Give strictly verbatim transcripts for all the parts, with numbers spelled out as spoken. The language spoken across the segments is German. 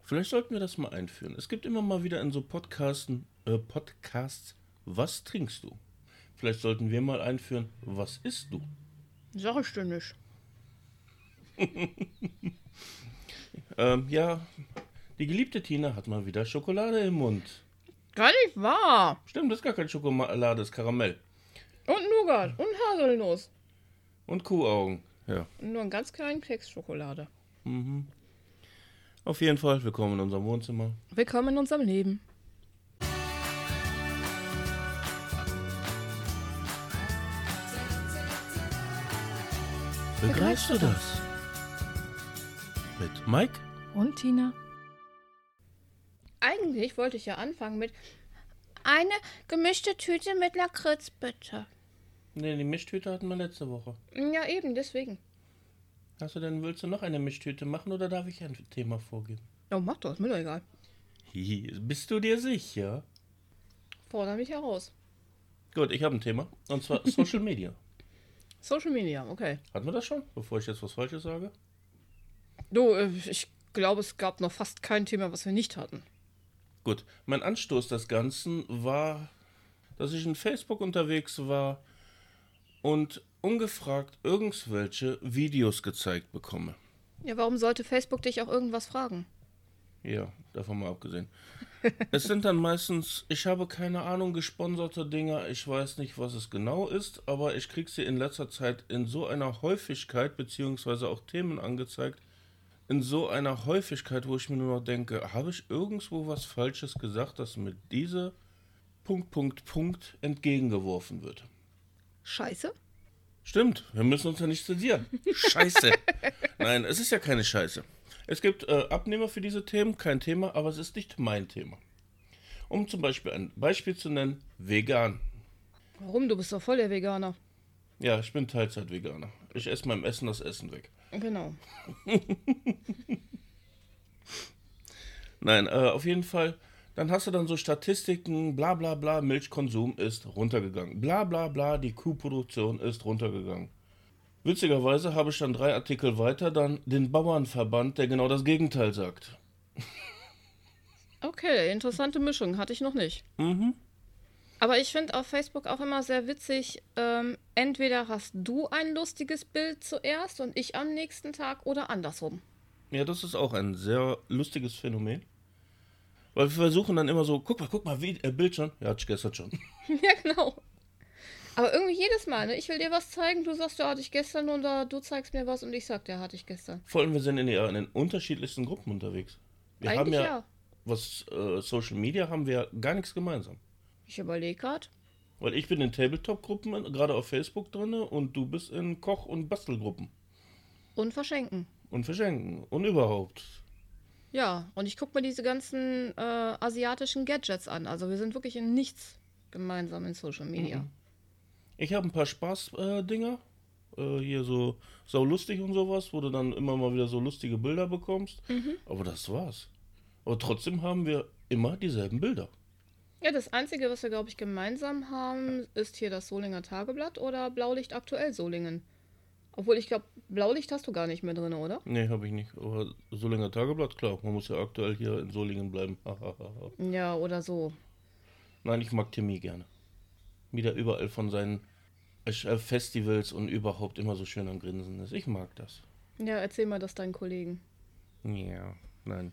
Vielleicht sollten wir das mal einführen. Es gibt immer mal wieder in so Podcasten, äh, Podcasts, was trinkst du? Vielleicht sollten wir mal einführen, was isst du? Sag ich dir nicht. ähm, ja, die geliebte Tina hat mal wieder Schokolade im Mund. Gar nicht wahr. Stimmt, das ist gar kein Schokolade, das ist Karamell. Und Nougat und Haselnuss. Und Kuhaugen, ja. Und nur einen ganz kleinen Klecks Schokolade. Mhm. Auf jeden Fall, willkommen in unserem Wohnzimmer. Willkommen in unserem Leben. Begreifst du das? Mit Mike und Tina. Eigentlich wollte ich ja anfangen mit eine gemischte Tüte mit Lakritz, bitte. Ne, die Mischtüte hatten wir letzte Woche. Ja, eben, deswegen. Hast du denn, willst du noch eine Mischtüte machen oder darf ich ein Thema vorgeben? Oh, mach doch, ist mir doch egal. Hi, bist du dir sicher? Fordere mich heraus. Gut, ich habe ein Thema. Und zwar Social Media. Social Media, okay. Hatten wir das schon, bevor ich jetzt was Falsches sage? Du, ich glaube, es gab noch fast kein Thema, was wir nicht hatten. Gut, mein Anstoß des Ganzen war, dass ich in Facebook unterwegs war und ungefragt irgendwelche Videos gezeigt bekomme. Ja, warum sollte Facebook dich auch irgendwas fragen? Ja, davon mal abgesehen. Es sind dann meistens, ich habe keine Ahnung, gesponserte Dinger, ich weiß nicht, was es genau ist, aber ich kriege sie in letzter Zeit in so einer Häufigkeit, beziehungsweise auch Themen angezeigt, in so einer Häufigkeit, wo ich mir nur noch denke, habe ich irgendwo was Falsches gesagt, dass mir diese Punkt, Punkt, Punkt entgegengeworfen wird. Scheiße? Stimmt, wir müssen uns ja nicht zensieren. Scheiße. Nein, es ist ja keine Scheiße. Es gibt äh, Abnehmer für diese Themen, kein Thema, aber es ist nicht mein Thema. Um zum Beispiel ein Beispiel zu nennen, vegan. Warum? Du bist doch voll der Veganer. Ja, ich bin Teilzeit-Veganer. Ich esse meinem Essen das Essen weg. Genau. Nein, äh, auf jeden Fall, dann hast du dann so Statistiken, bla bla bla, Milchkonsum ist runtergegangen. Bla bla bla, die Kuhproduktion ist runtergegangen. Witzigerweise habe ich dann drei Artikel weiter dann den Bauernverband, der genau das Gegenteil sagt. Okay, interessante Mischung, hatte ich noch nicht. Mhm. Aber ich finde auf Facebook auch immer sehr witzig, ähm, entweder hast du ein lustiges Bild zuerst und ich am nächsten Tag oder andersrum. Ja, das ist auch ein sehr lustiges Phänomen. Weil wir versuchen dann immer so, guck mal, guck mal, wie, äh, Bild schon. Ja, hatte ich gestern schon. Ja, genau. Aber irgendwie jedes Mal, ne? Ich will dir was zeigen, du sagst, ja, hatte ich gestern oder du zeigst mir was und ich sag, ja, hatte ich gestern. Vor allem, wir sind in, in den unterschiedlichsten Gruppen unterwegs. Wir Eigentlich haben ja, ja. was äh, Social Media haben wir gar nichts gemeinsam. Ich überlege gerade. Weil ich bin in Tabletop-Gruppen, gerade auf Facebook drin, und du bist in Koch- und Bastelgruppen. Und verschenken. Und verschenken. Und überhaupt. Ja, und ich gucke mir diese ganzen äh, asiatischen Gadgets an. Also wir sind wirklich in nichts gemeinsam in Social Media. Mhm. Ich habe ein paar Spaß-Dinger. Äh, hier so saulustig und sowas, wo du dann immer mal wieder so lustige Bilder bekommst. Mhm. Aber das war's. Aber trotzdem haben wir immer dieselben Bilder. Ja, das Einzige, was wir, glaube ich, gemeinsam haben, ist hier das Solinger Tageblatt oder Blaulicht aktuell Solingen. Obwohl, ich glaube, Blaulicht hast du gar nicht mehr drin, oder? Nee, habe ich nicht. Aber Solinger Tageblatt, klar. Man muss ja aktuell hier in Solingen bleiben. Ja, oder so. Nein, ich mag Timmy gerne. Wie der überall von seinen Festivals und überhaupt immer so schön am Grinsen ist. Ich mag das. Ja, erzähl mal das deinen Kollegen. Ja, nein.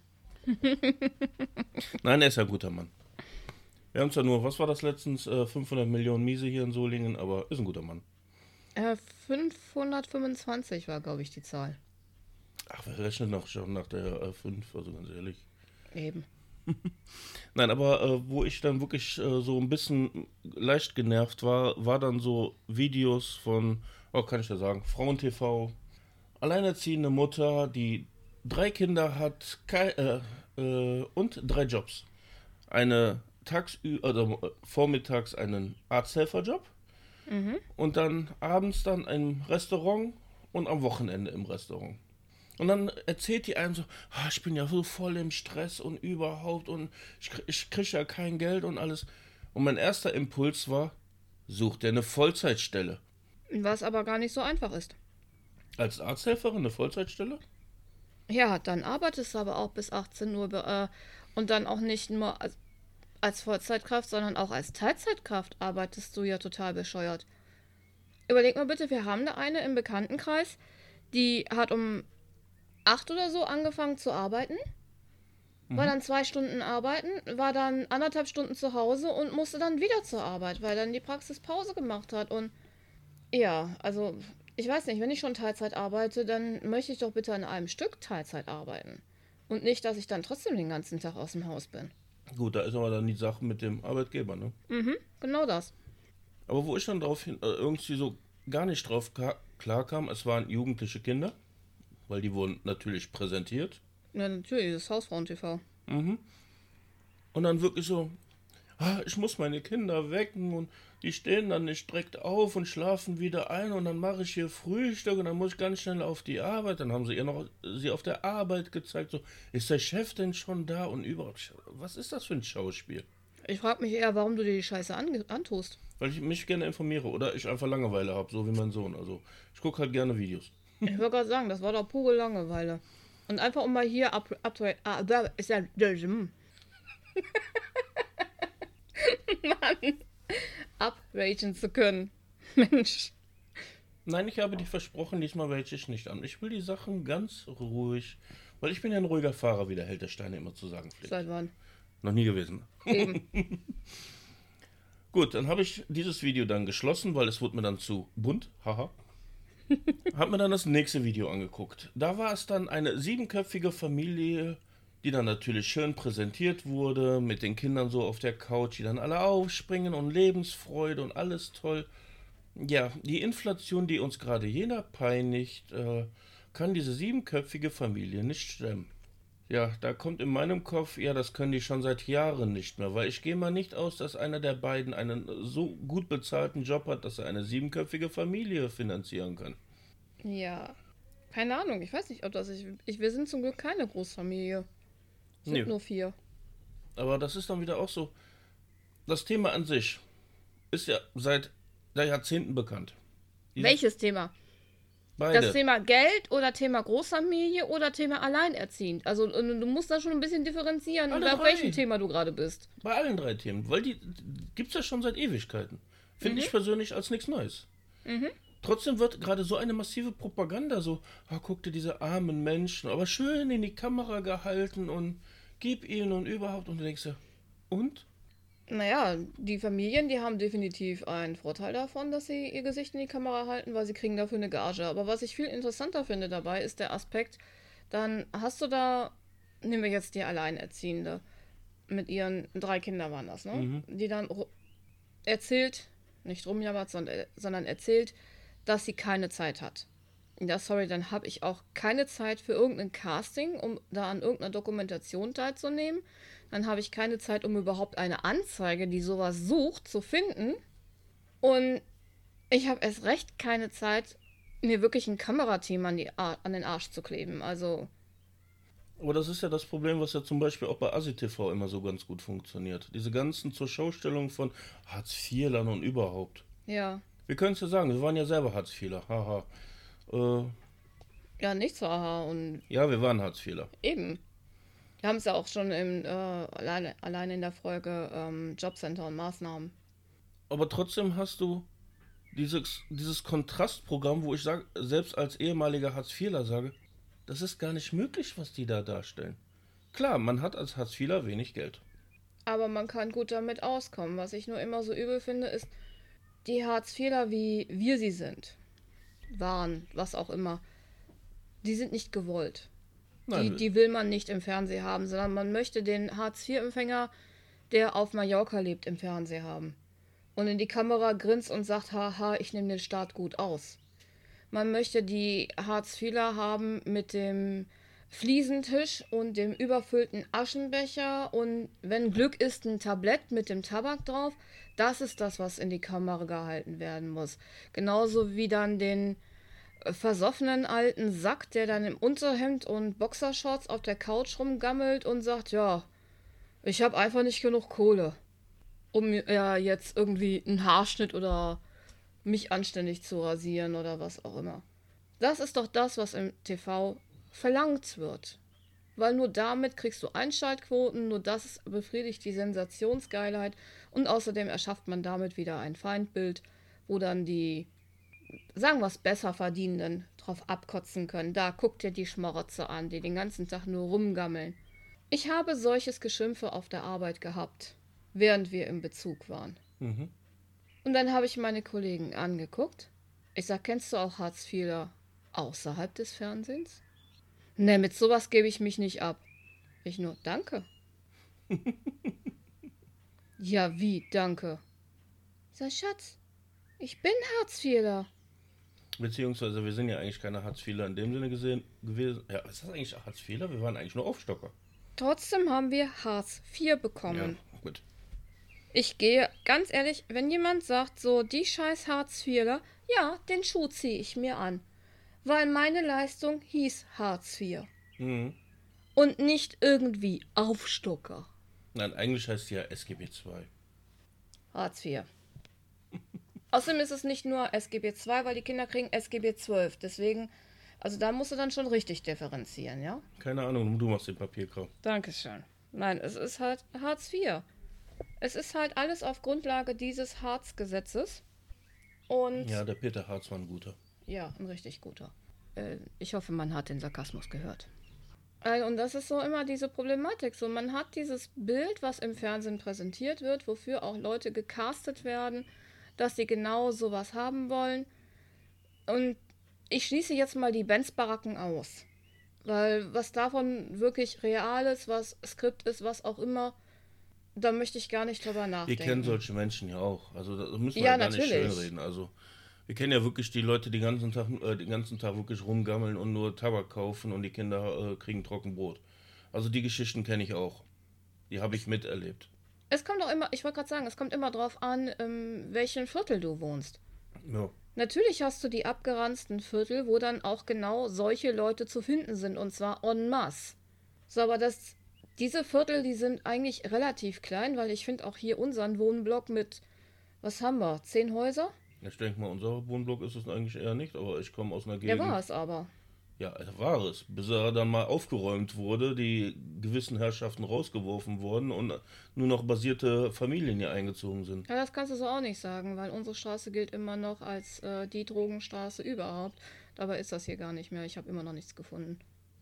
Nein, er ist ein guter Mann. Wir haben zwar nur, was war das letztens, äh, fünfhundert Millionen Miese hier in Solingen, aber ist ein guter Mann. Äh, fünfhundertfünfundzwanzig war, glaube ich, die Zahl. Ach, wir rechnen noch schon nach der äh, fünf, also ganz ehrlich. Eben. Nein, aber äh, wo ich dann wirklich äh, so ein bisschen leicht genervt war, war dann so Videos von, oh, kann ich ja sagen, Frauen-T V, alleinerziehende Mutter, die drei Kinder hat kei- äh, äh, und drei Jobs. Eine tagsüber, also vormittags einen Arzthelferjob Mhm. und dann abends dann im Restaurant und am Wochenende im Restaurant. Und dann erzählt die einem so, ah, ich bin ja so voll im Stress und überhaupt und ich, ich kriege ja kein Geld und alles. Und mein erster Impuls war, such dir eine Vollzeitstelle. Was aber gar nicht so einfach ist. Als Arzthelferin eine Vollzeitstelle? Ja, dann arbeitest du aber auch bis achtzehn Uhr äh, und dann auch nicht nur als, als Vollzeitkraft, sondern auch als Teilzeitkraft arbeitest du ja total bescheuert. Überleg mal bitte, wir haben da eine im Bekanntenkreis, die hat um acht oder so angefangen zu arbeiten, war Mhm. dann zwei Stunden arbeiten, war dann anderthalb Stunden zu Hause und musste dann wieder zur Arbeit, weil dann die Praxis Pause gemacht hat. Und ja, also ich weiß nicht, wenn ich schon Teilzeit arbeite, dann möchte ich doch bitte an einem Stück Teilzeit arbeiten. Und nicht, dass ich dann trotzdem den ganzen Tag aus dem Haus bin. Gut, da ist aber dann die Sache mit dem Arbeitgeber, ne? Mhm, genau das. Aber wo ich dann drauf hin, äh, irgendwie so gar nicht drauf ka- klar kam, es waren jugendliche Kinder, weil die wurden natürlich präsentiert. Ja, natürlich, das Hausfrauen-T V. Mhm. Und dann wirklich so, ah, ich muss meine Kinder wecken und die stehen dann nicht direkt auf und schlafen wieder ein und dann mache ich hier Frühstück und dann muss ich ganz schnell auf die Arbeit. Dann haben sie ihr noch sie auf der Arbeit gezeigt, so, ist der Chef denn schon da und überhaupt, was ist das für ein Schauspiel? Ich frage mich eher, warum du dir die Scheiße an antust. Weil ich mich gerne informiere oder ich einfach Langeweile habe, so wie mein Sohn. Also ich gucke halt gerne Videos. Ich wollte gerade sagen, das war doch pure Langeweile. Und einfach um mal hier up, up, up, up ist ja, Mann, upragen zu können. Mensch. Nein, ich habe dir versprochen, diesmal welche ich nicht an. Ich will die Sachen ganz ruhig, weil ich bin ja ein ruhiger Fahrer, wie der Held der Steine immer zu sagen pflegt. Seit wann? Noch nie gewesen. Eben. Gut, dann habe ich dieses Video dann geschlossen, weil es wurde mir dann zu bunt. Haha. Hab mir dann das nächste Video angeguckt. Da war es dann eine siebenköpfige Familie, die dann natürlich schön präsentiert wurde, mit den Kindern so auf der Couch, die dann alle aufspringen und Lebensfreude und alles toll. Ja, die Inflation, die uns gerade jener peinigt, äh, kann diese siebenköpfige Familie nicht stemmen. Ja, da kommt in meinem Kopf, ja, das können die schon seit Jahren nicht mehr, weil ich gehe mal nicht aus, dass einer der beiden einen so gut bezahlten Job hat, dass er eine siebenköpfige Familie finanzieren kann. Ja. Keine Ahnung, ich weiß nicht, ob das ich, ich. Wir sind zum Glück keine Großfamilie. Sind Nee, nur vier. aber das ist dann wieder auch so. Das Thema an sich ist ja seit Jahrzehnten bekannt. Die Welches Thema? Das beide, Thema Geld oder Thema Großfamilie oder Thema Alleinerziehend? Also du musst da schon ein bisschen differenzieren, alle auf drei. welchem Thema du gerade bist. Bei allen drei Themen, weil die gibt es ja schon seit Ewigkeiten. Finde Mhm. ich persönlich als nichts Neues. Mhm. Trotzdem wird gerade so eine massive Propaganda so, ah, guck dir diese armen Menschen, aber schön in die Kamera gehalten und gib ihnen und überhaupt und du denkst ja, und? Naja, die Familien, die haben definitiv einen Vorteil davon, dass sie ihr Gesicht in die Kamera halten, weil sie kriegen dafür eine Gage. Aber was ich viel interessanter finde dabei, ist der Aspekt, dann hast du da, nehmen wir jetzt die Alleinerziehende, mit ihren drei Kindern waren das, ne? Mhm. Die dann ru- erzählt, nicht rumjammert, sondern, sondern erzählt, dass sie keine Zeit hat. Ja, sorry, dann habe ich auch keine Zeit für irgendein Casting, um da an irgendeiner Dokumentation teilzunehmen. Dann habe ich keine Zeit, um überhaupt eine Anzeige, die sowas sucht, zu finden. Und ich habe erst recht keine Zeit, mir wirklich ein Kamerateam an, die Ar- an den Arsch zu kleben. Also, Aber das ist ja das Problem, was ja zum Beispiel auch bei Asi T V immer so ganz gut funktioniert. Diese ganzen Zur-Schau-Stellungen von Hartz-Vierlern und überhaupt. ja. Wir können es ja sagen, wir waren ja selber Hartz-Vierler, haha. Äh, Ja, nicht so, aha. Und ja, wir waren Hartz-Vierler. eben. Wir haben es ja auch schon im, äh, alleine, alleine in der Folge ähm, Jobcenter und Maßnahmen. Aber trotzdem hast du dieses, dieses Kontrastprogramm, wo ich sage, selbst als ehemaliger Hartz-Vierler sage, das ist gar nicht möglich, was die da darstellen. Klar, man hat als Hartz-Vierler wenig Geld. Aber man kann gut damit auskommen. Was ich nur immer so übel finde, ist, die Hartz-Vierler, wie wir sie sind, waren, was auch immer, die sind nicht gewollt. Die, Nein, die will man nicht im Fernsehen haben, sondern man möchte den Hartz-vier-Empfänger, der auf Mallorca lebt, im Fernsehen haben. Und in die Kamera grinst und sagt, haha, ich nehme den Staat gut aus. Man möchte die Hartz-Vierler haben mit dem Fliesentisch und dem überfüllten Aschenbecher und wenn Glück ist, ein Tablett mit dem Tabak drauf. Das ist das, was in die Kamera gehalten werden muss. Genauso wie dann den äh, versoffenen alten Sack, der dann im Unterhemd und Boxershorts auf der Couch rumgammelt und sagt, ja, ich habe einfach nicht genug Kohle, um mir ja jetzt irgendwie einen Haarschnitt oder mich anständig zu rasieren oder was auch immer. Das ist doch das, was im T V verlangt wird. Weil nur damit kriegst du Einschaltquoten, nur das befriedigt die Sensationsgeilheit und außerdem erschafft man damit wieder ein Feindbild, wo dann die, sagen wir es, besser Verdienenden drauf abkotzen können. Da guck dir die Schmarotze an, die den ganzen Tag nur rumgammeln. Ich habe solches Geschimpfe auf der Arbeit gehabt, während wir im Bezug waren. Mhm. Und dann habe ich meine Kollegen angeguckt. Ich sag, kennst du auch Hartz-IVler außerhalb des Fernsehens? Ne, mit sowas gebe ich mich nicht ab. Ich nur, danke. Ja, wie, danke? Ich sag, Schatz, ich bin Hartz-IVler. Beziehungsweise wir sind ja eigentlich keine Hartz-IVler in dem Sinne gesehen gewesen. Ja, ist das eigentlich Hartz-IVler? Wir waren eigentlich nur Aufstocker. Trotzdem haben wir Hartz vier bekommen. Ja, gut. Ich gehe, ganz ehrlich, wenn jemand sagt, so, die scheiß Hartz-IVler, ja, den Schuh ziehe ich mir an. Weil meine Leistung hieß Hartz vier. Mhm. Und nicht irgendwie Aufstocker. Nein, eigentlich heißt sie ja S G B zwei. Hartz vier. Außerdem ist es nicht nur S G B zwei, weil die Kinder kriegen S G B zwölf. Deswegen, also da musst du dann schon richtig differenzieren, ja? Keine Ahnung, du machst den Papierkram. Dankeschön. Nein, es ist halt Hartz vier. Es ist halt alles auf Grundlage dieses Hartz-Gesetzes. Und Ja, der Peter Hartz war ein guter. ja, ein richtig guter. Äh, ich hoffe, man hat den Sarkasmus gehört. Äh, und das ist so immer diese Problematik. So, man hat dieses Bild, was im Fernsehen präsentiert wird, wofür auch Leute gecastet werden, dass sie genau sowas haben wollen. Und ich schließe jetzt mal die Benz-Baracken aus. Weil was davon wirklich real ist, was Skript ist, was auch immer, da möchte ich gar nicht drüber Wir nachdenken. kennen solche Menschen ja auch. Also das müssen wir Ja, ja gar natürlich. nicht schönreden. Also wir kennen ja wirklich die Leute, die den ganzen Tag, äh, den ganzen Tag wirklich rumgammeln und nur Tabak kaufen und die Kinder äh, kriegen Trockenbrot. Also die Geschichten kenne ich auch. Die habe ich miterlebt. Es kommt auch immer, ich wollte gerade sagen, es kommt immer drauf an, in welchem Viertel du wohnst. Ja. Natürlich hast du die abgeranzten Viertel, wo dann auch genau solche Leute zu finden sind, und zwar en masse. So, aber das, diese Viertel, die sind eigentlich relativ klein, weil ich finde auch hier unseren Wohnblock mit, was haben wir, zehn Häuser? Ich denke mal, unser Wohnblock ist es eigentlich eher nicht, aber ich komme aus einer Der Gegend. war es aber. Ja, er war es. Bis er dann mal aufgeräumt wurde, die gewissen Herrschaften rausgeworfen wurden und nur noch basierte Familien hier eingezogen sind. Ja, das kannst du so auch nicht sagen, weil unsere Straße gilt immer noch als äh, die Drogenstraße überhaupt. Dabei ist das hier gar nicht mehr. Ich habe immer noch nichts gefunden.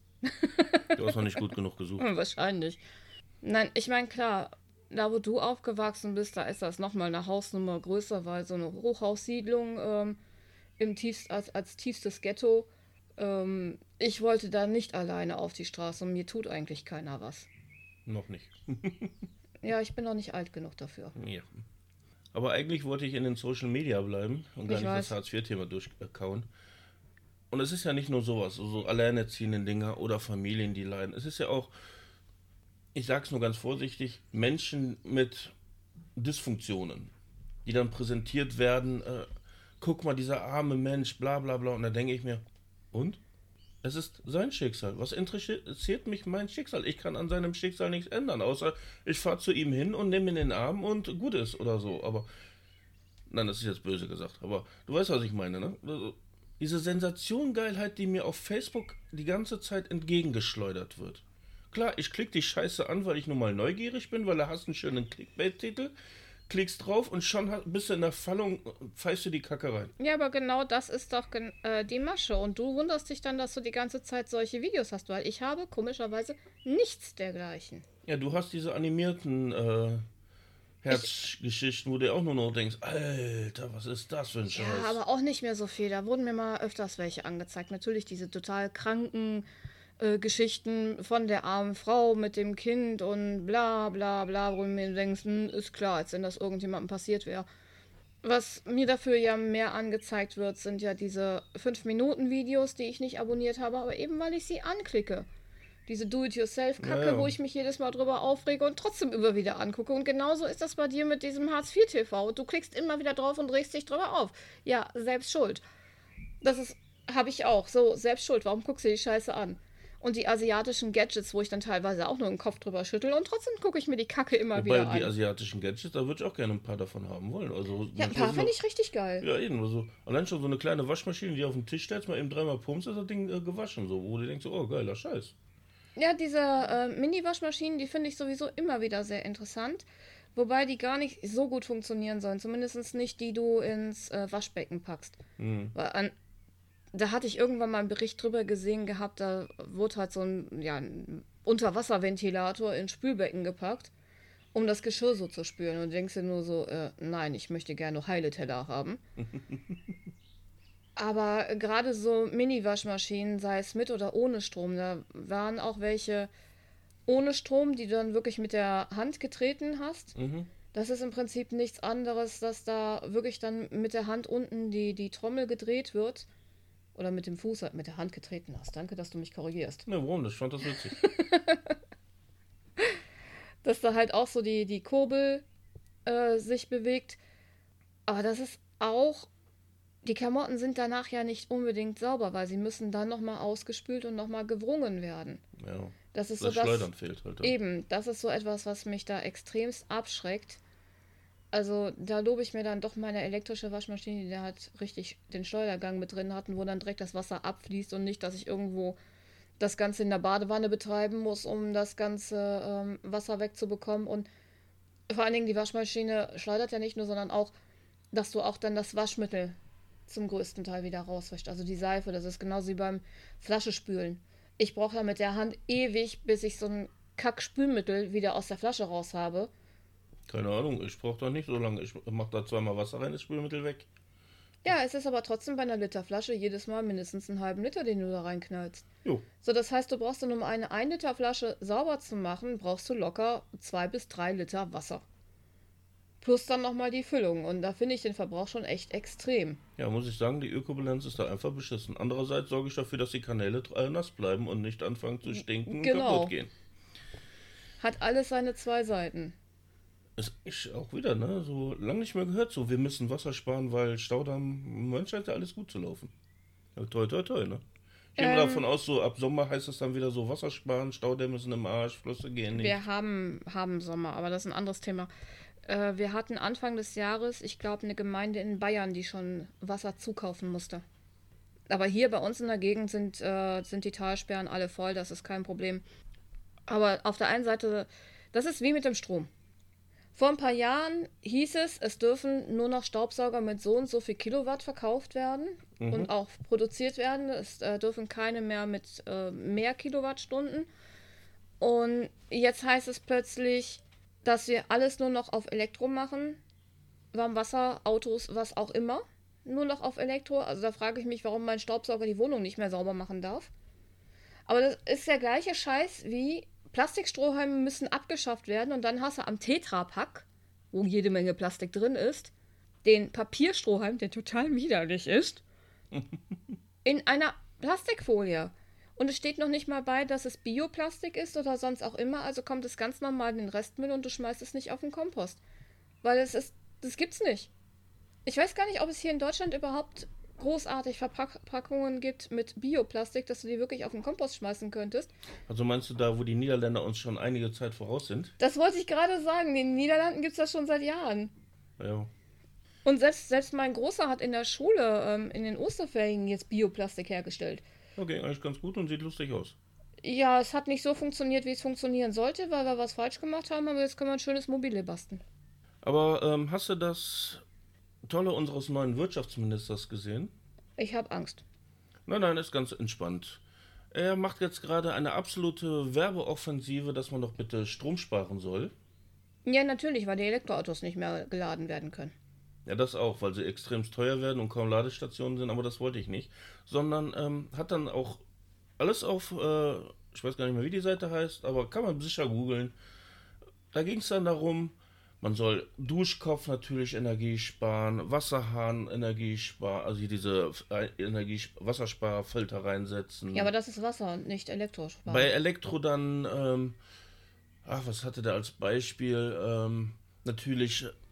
Du hast noch nicht gut genug gesucht. Hm, wahrscheinlich. Nein, ich meine, klar, da wo du aufgewachsen bist, da ist das nochmal eine Hausnummer größer, weil so eine Hochhaussiedlung ähm, im tiefst, als, als tiefstes Ghetto, ähm, ich wollte da nicht alleine auf die Straße und mir tut eigentlich keiner was. Noch nicht. Ja, ich bin noch nicht alt genug dafür. Ja. Aber eigentlich wollte ich in den Social Media bleiben und gar Ich nicht weiß. das Hartz vier Thema durchkauen. Und es ist ja nicht nur sowas, so also alleinerziehende Dinger oder Familien, die leiden. Es ist ja auch, ich sag's nur ganz vorsichtig, Menschen mit Dysfunktionen, die dann präsentiert werden, äh, guck mal, dieser arme Mensch, bla bla bla. Und da denke ich mir, und? Es ist sein Schicksal. Was interessiert mich mein Schicksal? Ich kann an seinem Schicksal nichts ändern, außer ich fahre zu ihm hin und nehme ihn in den Arm und gut ist oder so. Aber, nein, das ist jetzt böse gesagt. Aber du weißt, was ich meine, ne? Also, diese Sensationgeilheit, die mir auf Facebook die ganze Zeit entgegengeschleudert wird. Klar, ich klicke die Scheiße an, weil ich nun mal neugierig bin, weil du hast einen schönen Clickbait-Titel, klickst drauf und schon bist du in der Fallung, pfeifst du die Kacke rein. Ja, aber genau das ist doch gen- äh, die Masche. Und du wunderst dich dann, dass du die ganze Zeit solche Videos hast, weil ich habe komischerweise nichts dergleichen. Ja, du hast diese animierten äh, Herzgeschichten, wo du auch nur noch denkst, Alter, was ist das für ein Scheiß? Ja, aber auch nicht mehr so viel. Da wurden mir mal öfters welche angezeigt. Natürlich diese total kranken äh, Geschichten von der armen Frau mit dem Kind und bla bla bla, wo du mir denkst, hm, ist klar, als wenn das irgendjemandem passiert wäre. Was mir dafür ja mehr angezeigt wird, sind ja diese fünf Minuten Videos, die ich nicht abonniert habe, aber eben weil ich sie anklicke. Diese Do-it-yourself-Kacke, Ja, ja. wo ich mich jedes Mal drüber aufrege und trotzdem immer wieder angucke. Und genauso ist das bei dir mit diesem Hartz vier T V. Du klickst immer wieder drauf und regst dich drüber auf. Ja, selbst schuld. Das ist, habe ich auch. So, selbst schuld. Warum guckst du die Scheiße an? Und die asiatischen Gadgets, wo ich dann teilweise auch nur den Kopf drüber schüttel und trotzdem gucke ich mir die Kacke immer Wobei wieder an. die asiatischen Gadgets, da würde ich auch gerne ein paar davon haben wollen. Also, Ja, ein paar finde ich richtig geil. Ja, eben. Also, allein schon so eine kleine Waschmaschine, die auf den Tisch stellst, mal eben dreimal pumpst, ist das Ding äh, gewaschen. So, wo du denkst, oh, geiler Scheiß. Ja, diese äh, Mini-Waschmaschinen, die finde ich sowieso immer wieder sehr interessant. Wobei die gar nicht so gut funktionieren sollen. Zumindest nicht, die du ins äh, Waschbecken packst. Hm. Weil an, da hatte ich irgendwann mal einen Bericht drüber gesehen gehabt, da wurde halt so ein, ja, ein Unterwasserventilator ins Spülbecken gepackt, um das Geschirr so zu spülen. Und du denkst dir nur so, äh, nein, ich möchte gerne heile Teller haben. Aber gerade so Mini-Waschmaschinen, sei es mit oder ohne Strom, da waren auch welche ohne Strom, die du dann wirklich mit der Hand getreten hast. Mhm. Das ist im Prinzip nichts anderes, dass da wirklich dann mit der Hand unten die, die Trommel gedreht wird. Oder mit dem Fuß halt mit der Hand getreten hast. Danke, dass du mich korrigierst. Ne, warum? Ich fand das witzig. Dass da halt auch so die, die Kurbel äh, sich bewegt. Aber das ist auch... Die Klamotten sind danach ja nicht unbedingt sauber, weil sie müssen dann nochmal ausgespült und nochmal gewrungen werden. Ja. Das ist das so das... Schleudern fehlt halt. Dann. Eben, das ist so etwas, was mich da extremst abschreckt. Also da lobe ich mir dann doch meine elektrische Waschmaschine, die da halt richtig den Schleudergang mit drin hatten, wo dann direkt das Wasser abfließt und nicht, dass ich irgendwo das Ganze in der Badewanne betreiben muss, um das ganze ähm, Wasser wegzubekommen. Und vor allen Dingen die Waschmaschine schleudert ja nicht nur, sondern auch, dass du auch dann das Waschmittel zum größten Teil wieder rauswäscht. Also die Seife, das ist genauso wie beim Flaschespülen. Ich brauche ja mit der Hand ewig, bis ich so ein Kack-Spülmittel wieder aus der Flasche raus habe. Keine Ahnung, ich brauche da nicht so lange. Ich mache da zweimal Wasser rein, das Spülmittel weg. Ja, es ist aber trotzdem bei einer Literflasche jedes Mal mindestens einen halben Liter, den du da reinknallst. Jo. So, das heißt, du brauchst dann, um eine ein Liter Flasche sauber zu machen, brauchst du locker zwei bis drei Liter Wasser. Plus dann nochmal die Füllung. Und da finde ich den Verbrauch schon echt extrem. Ja, muss ich sagen, die Ökobilanz ist da einfach beschissen. Andererseits sorge ich dafür, dass die Kanäle äh, nass bleiben und nicht anfangen zu stinken Genau. und kaputt gehen. Hat alles seine zwei Seiten. Ist ich auch wieder, ne? So lange nicht mehr gehört, so wir müssen Wasser sparen, weil Staudamm, im Moment scheint ja alles gut zu laufen. Ja, toi, toi, toi, ne? Ich gehe Ähm, mal davon aus, so ab Sommer heißt es dann wieder so Wasser sparen, Staudämme sind im Arsch, Flüsse gehen nicht. Wir haben, haben Sommer, aber das ist ein anderes Thema. Äh, wir hatten Anfang des Jahres, ich glaube, eine Gemeinde in Bayern, die schon Wasser zukaufen musste. Aber hier bei uns in der Gegend sind, äh, sind die Talsperren alle voll, das ist kein Problem. Aber auf der einen Seite, das ist wie mit dem Strom. Vor ein paar Jahren hieß es, es dürfen nur noch Staubsauger mit so und so viel Kilowatt verkauft werden Mhm. und auch produziert werden. Es äh, dürfen keine mehr mit äh, mehr Kilowattstunden. Und jetzt heißt es plötzlich, dass wir alles nur noch auf Elektro machen. Warmwasser, Autos, was auch immer. Nur noch auf Elektro. Also da frage ich mich, warum mein Staubsauger die Wohnung nicht mehr sauber machen darf. Aber das ist der gleiche Scheiß wie Plastikstrohhalme müssen abgeschafft werden und dann hast du am Tetrapack, wo jede Menge Plastik drin ist, den Papierstrohhalm, der total widerlich ist, in einer Plastikfolie. Und es steht noch nicht mal bei, dass es Bioplastik ist oder sonst auch immer, also kommt es ganz normal in den Restmüll und du schmeißt es nicht auf den Kompost. Weil es ist, das gibt's nicht. Ich weiß gar nicht, ob es hier in Deutschland überhaupt großartig Verpackungen gibt mit Bioplastik, dass du die wirklich auf den Kompost schmeißen könntest. Also meinst du da, wo die Niederländer uns schon einige Zeit voraus sind? Das wollte ich gerade sagen. In den Niederlanden gibt es das schon seit Jahren. Ja. Und selbst, selbst mein Großer hat in der Schule ähm, in den Osterferien jetzt Bioplastik hergestellt. Okay, eigentlich ganz gut und sieht lustig aus. Ja, es hat nicht so funktioniert, wie es funktionieren sollte, weil wir was falsch gemacht haben, aber jetzt können wir ein schönes Mobile basteln. Aber ähm, hast du das Tolle unseres neuen Wirtschaftsministers gesehen? Ich habe Angst. Nein, nein, ist ganz entspannt. Er macht jetzt gerade eine absolute Werbeoffensive, dass man doch bitte Strom sparen soll. Ja, natürlich, weil die Elektroautos nicht mehr geladen werden können. Ja, das auch, weil sie extrem teuer werden und kaum Ladestationen sind, aber das wollte ich nicht. Sondern ähm, hat dann auch alles auf, äh, ich weiß gar nicht mehr, wie die Seite heißt, aber kann man sicher googeln. Da ging es dann darum, man soll Duschkopf natürlich Energie sparen, Wasserhahn Energie sparen, also hier diese äh, Energie Wassersparfilter reinsetzen. Ja, aber das ist Wasser und nicht Elektrosparen. Bei Elektro dann, ähm, ach, was hatte der als Beispiel? Ähm, natürlich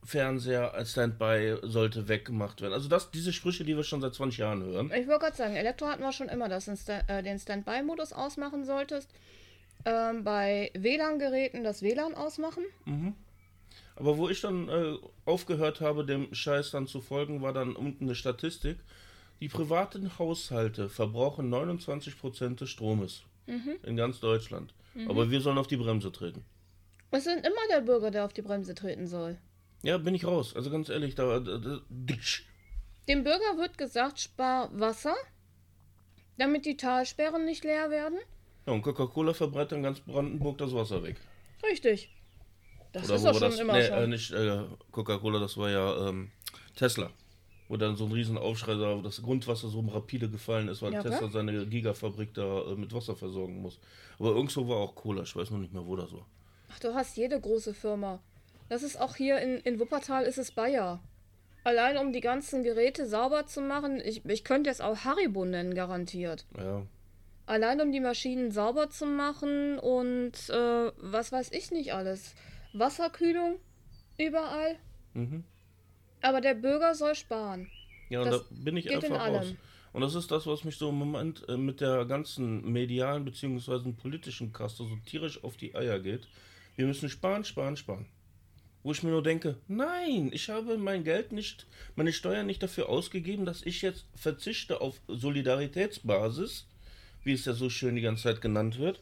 Fernseher als Standby sollte weggemacht werden. Also das, diese Sprüche, die wir schon seit zwanzig Jahren hören. Ich wollte gerade sagen, Elektro hatten wir schon immer, dass du Sta- äh, den Standby-Modus ausmachen solltest. Ähm, bei W L A N-Geräten das W L A N ausmachen. Mhm. Aber wo ich dann äh, aufgehört habe, dem Scheiß dann zu folgen, war dann unten eine Statistik. Die privaten Haushalte verbrauchen neunundzwanzig Prozent des Stromes Mhm. in ganz Deutschland. Mhm. Aber wir sollen auf die Bremse treten. Es sind immer der Bürger, der auf die Bremse treten soll. Ja, bin ich raus. Also ganz ehrlich, da... da, da ditsch. Dem Bürger wird gesagt, spar Wasser, damit die Talsperren nicht leer werden. Ja, und Coca-Cola verbreitet in ganz Brandenburg das Wasser weg. Richtig. Das Oder ist wo doch war schon das? immer Nee, schon. äh, nicht äh, Coca-Cola, das war ja ähm, Tesla. Wo dann so ein riesen Aufschrei da, wo das Grundwasser so rapide gefallen ist, weil Ja, Tesla klar. seine Gigafabrik da äh, mit Wasser versorgen muss. Aber irgendwo war auch Cola, ich weiß noch nicht mehr, wo das war. Ach, du hast jede große Firma. Das ist auch hier in, in Wuppertal ist es Bayer. Allein um die ganzen Geräte sauber zu machen, ich, ich könnte jetzt auch Haribo nennen, garantiert. Ja. Allein um die Maschinen sauber zu machen und äh, was weiß ich nicht alles. Wasserkühlung überall. Mhm. Aber der Bürger soll sparen. Ja, und Das da bin ich geht in einfach raus. allem. Und das ist das, was mich so im Moment äh, mit der ganzen medialen bzw. politischen Kaste so tierisch auf die Eier geht. Wir müssen sparen, sparen, sparen. Wo ich mir nur denke, nein, ich habe mein Geld nicht, meine Steuern nicht dafür ausgegeben, dass ich jetzt verzichte auf Solidaritätsbasis, wie es ja so schön die ganze Zeit genannt wird,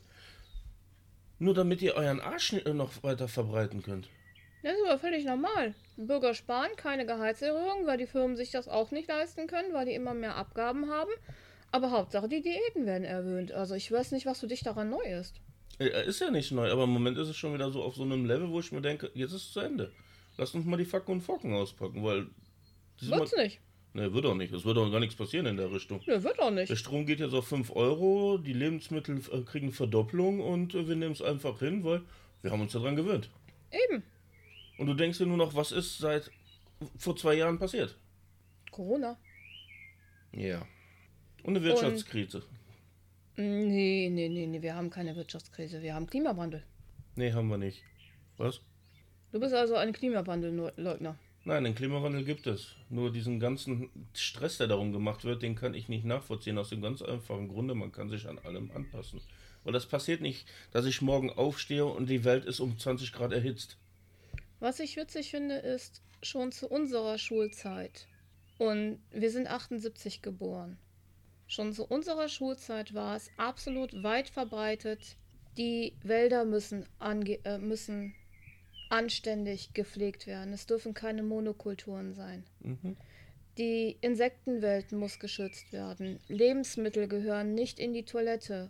nur damit ihr euren Arsch noch weiter verbreiten könnt. Das ist aber völlig normal. Bürger sparen, keine Gehaltserhöhung, weil die Firmen sich das auch nicht leisten können, weil die immer mehr Abgaben haben. Aber Hauptsache, die Diäten werden erhöht. Also ich weiß nicht, was für dich daran neu ist. Er ist ja nicht neu, aber im Moment ist es schon wieder so auf so einem Level, wo ich mir denke, jetzt ist es zu Ende. Lass uns mal die Facken und Focken auspacken, weil... Wird's nicht. Ne, wird auch nicht. Es wird auch gar nichts passieren in der Richtung. Nö, wird auch Der nicht. Strom geht jetzt auf fünf Euro, die Lebensmittel äh, kriegen Verdopplung und äh, wir nehmen es einfach hin, weil wir haben uns daran gewöhnt. Eben. Und du denkst dir nur noch, was ist seit vor zwei Jahren passiert? Corona. Ja. Und eine Wirtschaftskrise. Nee, nee, nee, nee, wir haben keine Wirtschaftskrise, wir haben Klimawandel. Nee, haben wir nicht. Was? Du bist also ein Klimawandelleugner. Nein, den Klimawandel gibt es. Nur diesen ganzen Stress, der darum gemacht wird, den kann ich nicht nachvollziehen. Aus dem ganz einfachen Grunde, man kann sich an allem anpassen. Weil das passiert nicht, dass ich morgen aufstehe und die Welt ist um zwanzig Grad erhitzt. Was ich witzig finde, ist, schon zu unserer Schulzeit, und wir sind achtundsiebzig geboren, schon zu unserer Schulzeit war es absolut weit verbreitet, die Wälder müssen, ange äh, müssen anständig gepflegt werden. Es dürfen keine Monokulturen sein. Mhm. Die Insektenwelt muss geschützt werden. Lebensmittel gehören nicht in die Toilette.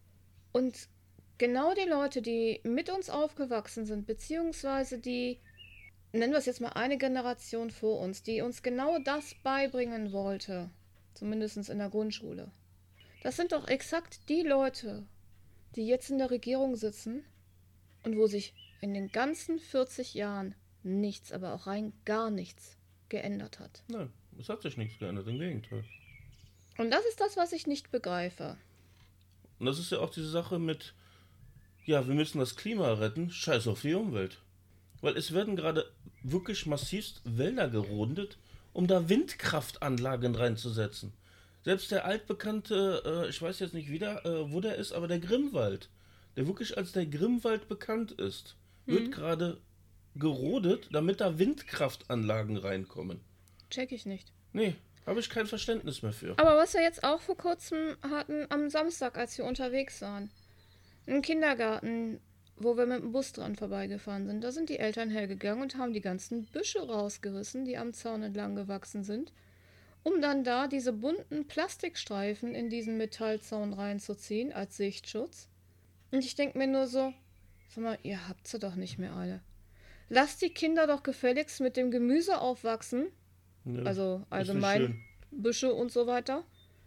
Und genau die Leute, die mit uns aufgewachsen sind, beziehungsweise die, nennen wir es jetzt mal eine Generation vor uns, die uns genau das beibringen wollte, zumindest in der Grundschule. Das sind doch exakt die Leute, die jetzt in der Regierung sitzen und wo sich in den ganzen vierzig Jahren nichts, aber auch rein gar nichts geändert hat. Nein, es hat sich nichts geändert, im Gegenteil. Und das ist das, was ich nicht begreife. Und das ist ja auch diese Sache mit, ja, wir müssen das Klima retten, scheiß auf die Umwelt. Weil es werden gerade wirklich massivst Wälder gerodet, um da Windkraftanlagen reinzusetzen. Selbst der altbekannte, äh, ich weiß jetzt nicht wieder, äh, wo der ist, aber der Grimwald, der wirklich als der Grimwald bekannt ist, wird Mhm. gerade gerodet, damit da Windkraftanlagen reinkommen. Check ich nicht. Nee, habe ich kein Verständnis mehr für. Aber was wir jetzt auch vor kurzem hatten, am Samstag, als wir unterwegs waren, ein Kindergarten, wo wir mit dem Bus dran vorbeigefahren sind, da sind die Eltern hergegangen und haben die ganzen Büsche rausgerissen, die am Zaun entlang gewachsen sind, um dann da diese bunten Plastikstreifen in diesen Metallzaun reinzuziehen als Sichtschutz. Und ich denke mir nur so, sag mal, ihr habt sie doch nicht mehr alle. Lasst die Kinder doch gefälligst mit dem Gemüse aufwachsen, Ja, also ist nicht allgemein schön. Büsche und so weiter.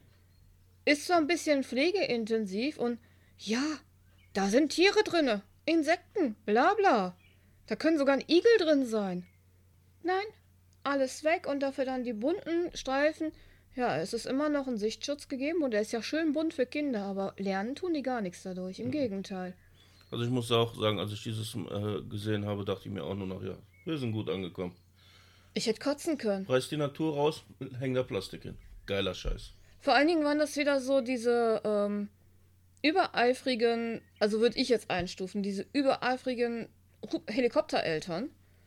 Ist zwar ein bisschen pflegeintensiv und ja, da sind Tiere drinne, Insekten, bla bla. Da können sogar ein Igel drin sein. Nein, alles weg und dafür dann die bunten Streifen. Ja, es ist immer noch ein Sichtschutz gegeben und er ist ja schön bunt für Kinder, aber lernen tun die gar nichts dadurch, im Gegenteil. Also ich muss auch sagen, als ich dieses äh, gesehen habe, dachte ich mir auch nur noch, ja, wir sind gut angekommen. Ich hätte kotzen können. Reiß die Natur raus, häng da Plastik hin. Geiler Scheiß. Vor allen Dingen waren das wieder so diese ähm, übereifrigen, also würde ich jetzt einstufen, diese übereifrigen Hu- Helikoptereltern.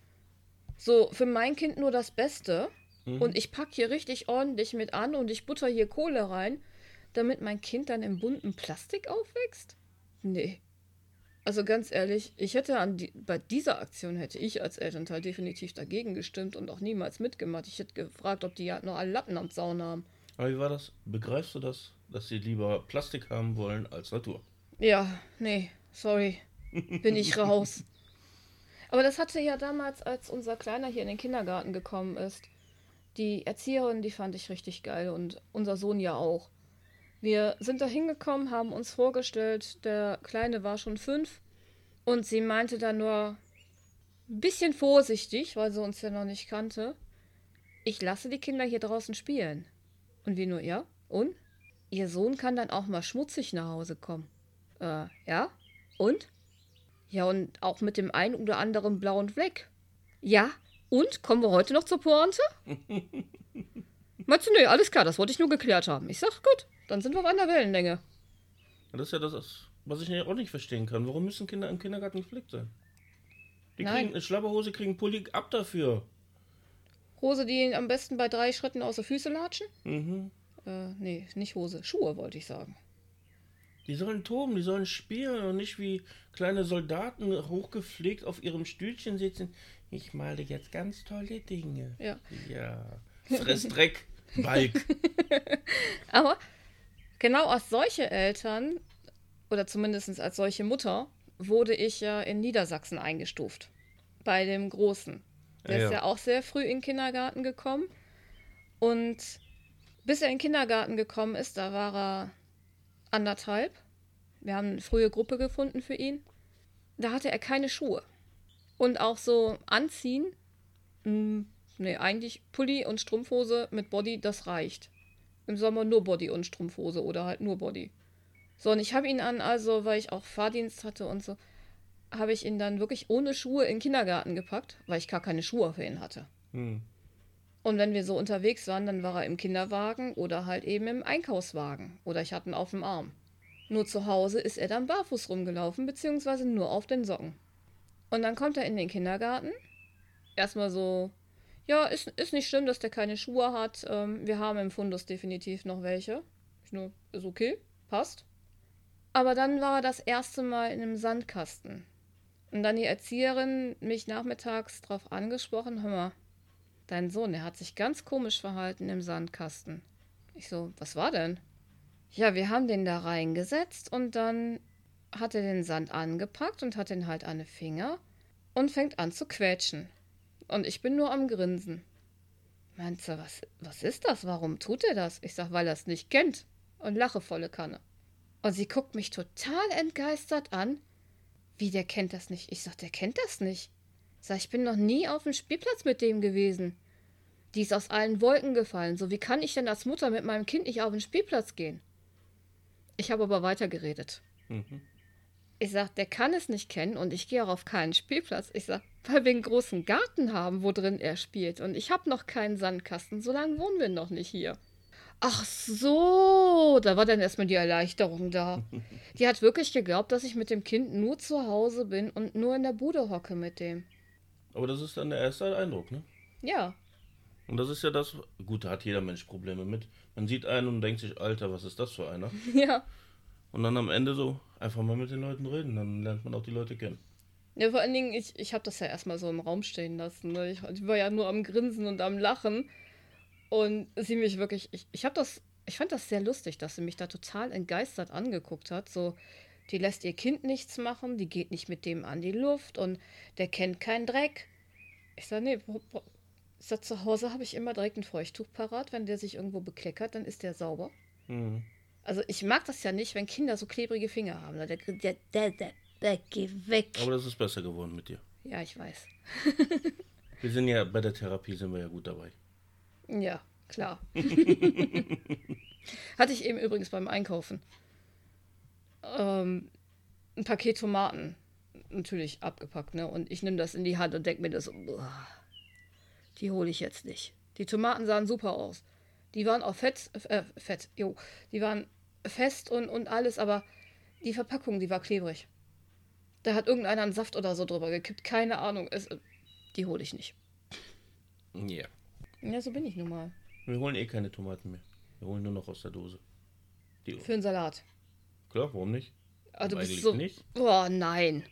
So, für mein Kind nur das Beste. Mhm. Und ich pack hier richtig ordentlich mit an und ich butter hier Kohle rein, damit mein Kind dann im bunten Plastik aufwächst? Nee. Also ganz ehrlich, ich hätte an die, bei dieser Aktion hätte ich als Elternteil definitiv dagegen gestimmt und auch niemals mitgemacht. Ich hätte gefragt, ob die ja noch alle Latten am Zaun haben. Aber wie war das? Begreifst du das, dass sie lieber Plastik haben wollen als Natur? Ja, nee, sorry. Bin ich raus. Aber das hatte ja damals, als unser Kleiner hier in den Kindergarten gekommen ist. Die Erzieherin, die fand ich richtig geil und unser Sohn ja auch. Wir sind da hingekommen, haben uns vorgestellt, der Kleine war schon fünf und sie meinte dann nur ein bisschen vorsichtig, weil sie uns ja noch nicht kannte, ich lasse die Kinder hier draußen spielen. Und wir nur, ja? Und? Ihr Sohn kann dann auch mal schmutzig nach Hause kommen. Äh, ja? Und? Ja, und auch mit dem ein oder anderen blauen Fleck. Ja? Und? Kommen wir heute noch zur Pointe? Meinst du, nee, alles klar, das wollte ich nur geklärt haben. Ich sag, gut, dann sind wir auf einer Wellenlänge. Ja, das ist ja das, was ich auch nicht verstehen kann. Warum müssen Kinder im Kindergarten gepflegt sein? Die Nein. kriegen eine Schlabberhose, kriegen Pulli ab dafür. Hose, die am besten bei drei Schritten aus der Füße latschen? Mhm. Äh, nee, nicht Hose. Schuhe, wollte ich sagen. Die sollen toben, die sollen spielen und nicht wie kleine Soldaten hochgepflegt auf ihrem Stühlchen sitzen. Ich male jetzt ganz tolle Dinge. Ja. Ja. Fress Dreck, Balk. Aber genau als solche Eltern, oder zumindest als solche Mutter, wurde ich ja in Niedersachsen eingestuft. Bei dem Großen. Der Ja, ist ja. ja auch sehr früh in den Kindergarten gekommen. Und bis er in den Kindergarten gekommen ist, da war er anderthalb. Wir haben eine frühe Gruppe gefunden für ihn. Da hatte er keine Schuhe. Und auch so anziehen, mh, nee, eigentlich Pulli und Strumpfhose mit Body, das reicht. Im Sommer nur Body und Strumpfhose oder halt nur Body. So, und ich habe ihn an, also, weil ich auch Fahrdienst hatte und so, habe ich ihn dann wirklich ohne Schuhe in den Kindergarten gepackt, weil ich gar keine Schuhe für ihn hatte. Hm. Und wenn wir so unterwegs waren, dann war er im Kinderwagen oder halt eben im Einkaufswagen. Oder ich hatte ihn auf dem Arm. Nur zu Hause ist er dann barfuß rumgelaufen, beziehungsweise nur auf den Socken. Und dann kommt er in den Kindergarten. Erstmal so, ja, ist, ist nicht schlimm, dass der keine Schuhe hat. Ähm, wir haben im Fundus definitiv noch welche. Ich nur, ist okay, passt. Aber dann war er das erste Mal in einem Sandkasten. Und dann die Erzieherin mich nachmittags drauf angesprochen, hör mal, dein Sohn, der hat sich ganz komisch verhalten im Sandkasten. Ich so, was war denn? Ja, wir haben den da reingesetzt und dann hat er den Sand angepackt und hat den halt an die Finger und fängt an zu quetschen. Und ich bin nur am Grinsen. Meinst du, was, was ist das? Warum tut er das? Ich sag, weil er es nicht kennt. Und lache volle Kanne. Und sie guckt mich total entgeistert an. Wie, der kennt das nicht? Ich sag, der kennt das nicht. Ich sag, ich bin noch nie auf dem Spielplatz mit dem gewesen. Die ist aus allen Wolken gefallen. So, wie kann ich denn als Mutter mit meinem Kind nicht auf den Spielplatz gehen? Ich habe aber weitergeredet. Mhm. Ich sag, der kann es nicht kennen und ich gehe auch auf keinen Spielplatz. Ich sag, weil wir einen großen Garten haben, wo drin er spielt. Und ich habe noch keinen Sandkasten. So lange wohnen wir noch nicht hier. Ach so, da war dann erstmal die Erleichterung da. Die hat wirklich geglaubt, dass ich mit dem Kind nur zu Hause bin und nur in der Bude hocke mit dem. Aber das ist dann der erste Eindruck, ne? Ja, Und das ist ja das, gut, da hat jeder Mensch Probleme mit. Man sieht einen und denkt sich, Alter, was ist das für einer? ja. Und dann am Ende so, einfach mal mit den Leuten reden, dann lernt man auch die Leute kennen. Ja, vor allen Dingen, ich, ich habe das ja erstmal so im Raum stehen lassen. Ne? Ich, ich war ja nur am Grinsen und am Lachen. Und sie mich wirklich, ich, ich habe das, ich fand das sehr lustig, dass sie mich da total entgeistert angeguckt hat. So, die lässt ihr Kind nichts machen, die geht nicht mit dem an die Luft und der kennt keinen Dreck. Ich sag, nee, wo- wo- ich sag, zu Hause habe ich immer direkt ein Feuchttuch parat. Wenn der sich irgendwo bekleckert, dann ist der sauber. Mhm. Also ich mag das ja nicht, wenn Kinder so klebrige Finger haben. Der, der, der, der, der, geh weg. Aber das ist besser geworden mit dir. Ja, ich weiß. Wir sind ja, bei der Therapie sind wir ja gut dabei. Ja, klar. Hatte ich eben übrigens beim Einkaufen. Ähm, ein Paket Tomaten. Natürlich abgepackt, ne? Und ich nehme das in die Hand und denke mir das so, boah, die hole ich jetzt nicht. Die Tomaten sahen super aus. Die waren auch fett, äh, fett, jo, die waren fest und, und alles, aber die Verpackung, die war klebrig. Da hat irgendeiner einen Saft oder so drüber gekippt, keine Ahnung. Es, die hole ich nicht. Ja. Ja, so bin ich nun mal. Wir holen eh keine Tomaten mehr. Wir holen nur noch aus der Dose. Die Für einen Salat. Klar, warum nicht? Ah, du Aber bist eigentlich so. nicht. Oh, nein.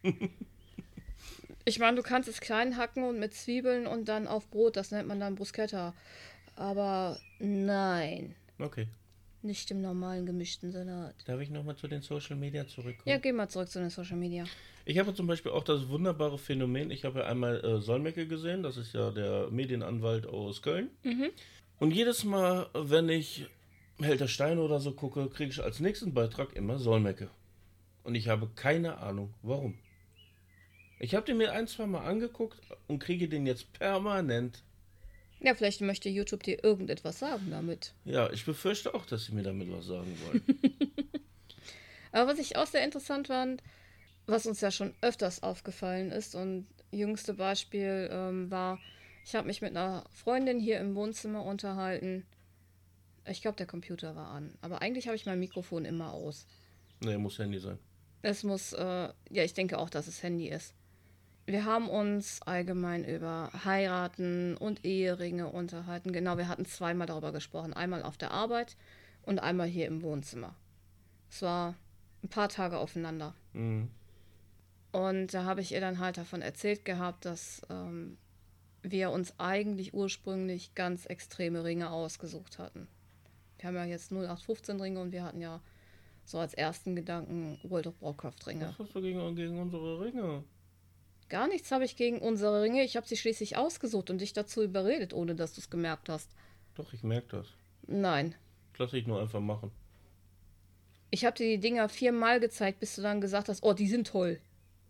Ich meine, du kannst es klein hacken und mit Zwiebeln und dann auf Brot, das nennt man dann Bruschetta. Aber nein, Okay. nicht im normalen gemischten Salat. Darf ich nochmal zu den Social Media zurückkommen? Ja, geh mal zurück zu den Social Media. Ich habe zum Beispiel auch das wunderbare Phänomen, ich habe ja einmal äh, Solmecke gesehen, das ist ja der Medienanwalt aus Köln. Mhm. Und jedes Mal, wenn ich Held der Steine oder so gucke, kriege ich als nächsten Beitrag immer Solmecke. Und ich habe keine Ahnung, warum. Ich habe den mir ein, zwei Mal angeguckt und kriege den jetzt permanent. Ja, vielleicht möchte YouTube dir irgendetwas sagen damit. Ja, ich befürchte auch, dass sie mir damit was sagen wollen. Aber was ich auch sehr interessant fand, was uns ja schon öfters aufgefallen ist und jüngste Beispiel ähm, war, ich habe mich mit einer Freundin hier im Wohnzimmer unterhalten. Ich glaube, der Computer war an, aber eigentlich habe ich mein Mikrofon immer aus. Nee, muss Handy sein. Es muss, äh, ja, ich denke auch, dass es Handy ist. Wir haben uns allgemein über Heiraten und Eheringe unterhalten. Genau, wir hatten zweimal darüber gesprochen. Einmal auf der Arbeit und einmal hier im Wohnzimmer. Es war ein paar Tage aufeinander. Mhm. Und da habe ich ihr dann halt davon erzählt gehabt, dass ähm, wir uns eigentlich ursprünglich ganz extreme Ringe ausgesucht hatten. Wir haben ja jetzt null acht fünfzehn Ringe und wir hatten ja so als ersten Gedanken World of Warcraft Ringe. Was hast du gegen, gegen unsere Ringe? Gar nichts habe ich gegen unsere Ringe. Ich habe sie schließlich ausgesucht und dich dazu überredet, ohne dass du es gemerkt hast. Doch, ich merke das. Nein. Das lasse ich nur einfach machen. Ich habe dir die Dinger viermal gezeigt, bis du dann gesagt hast, oh, die sind toll.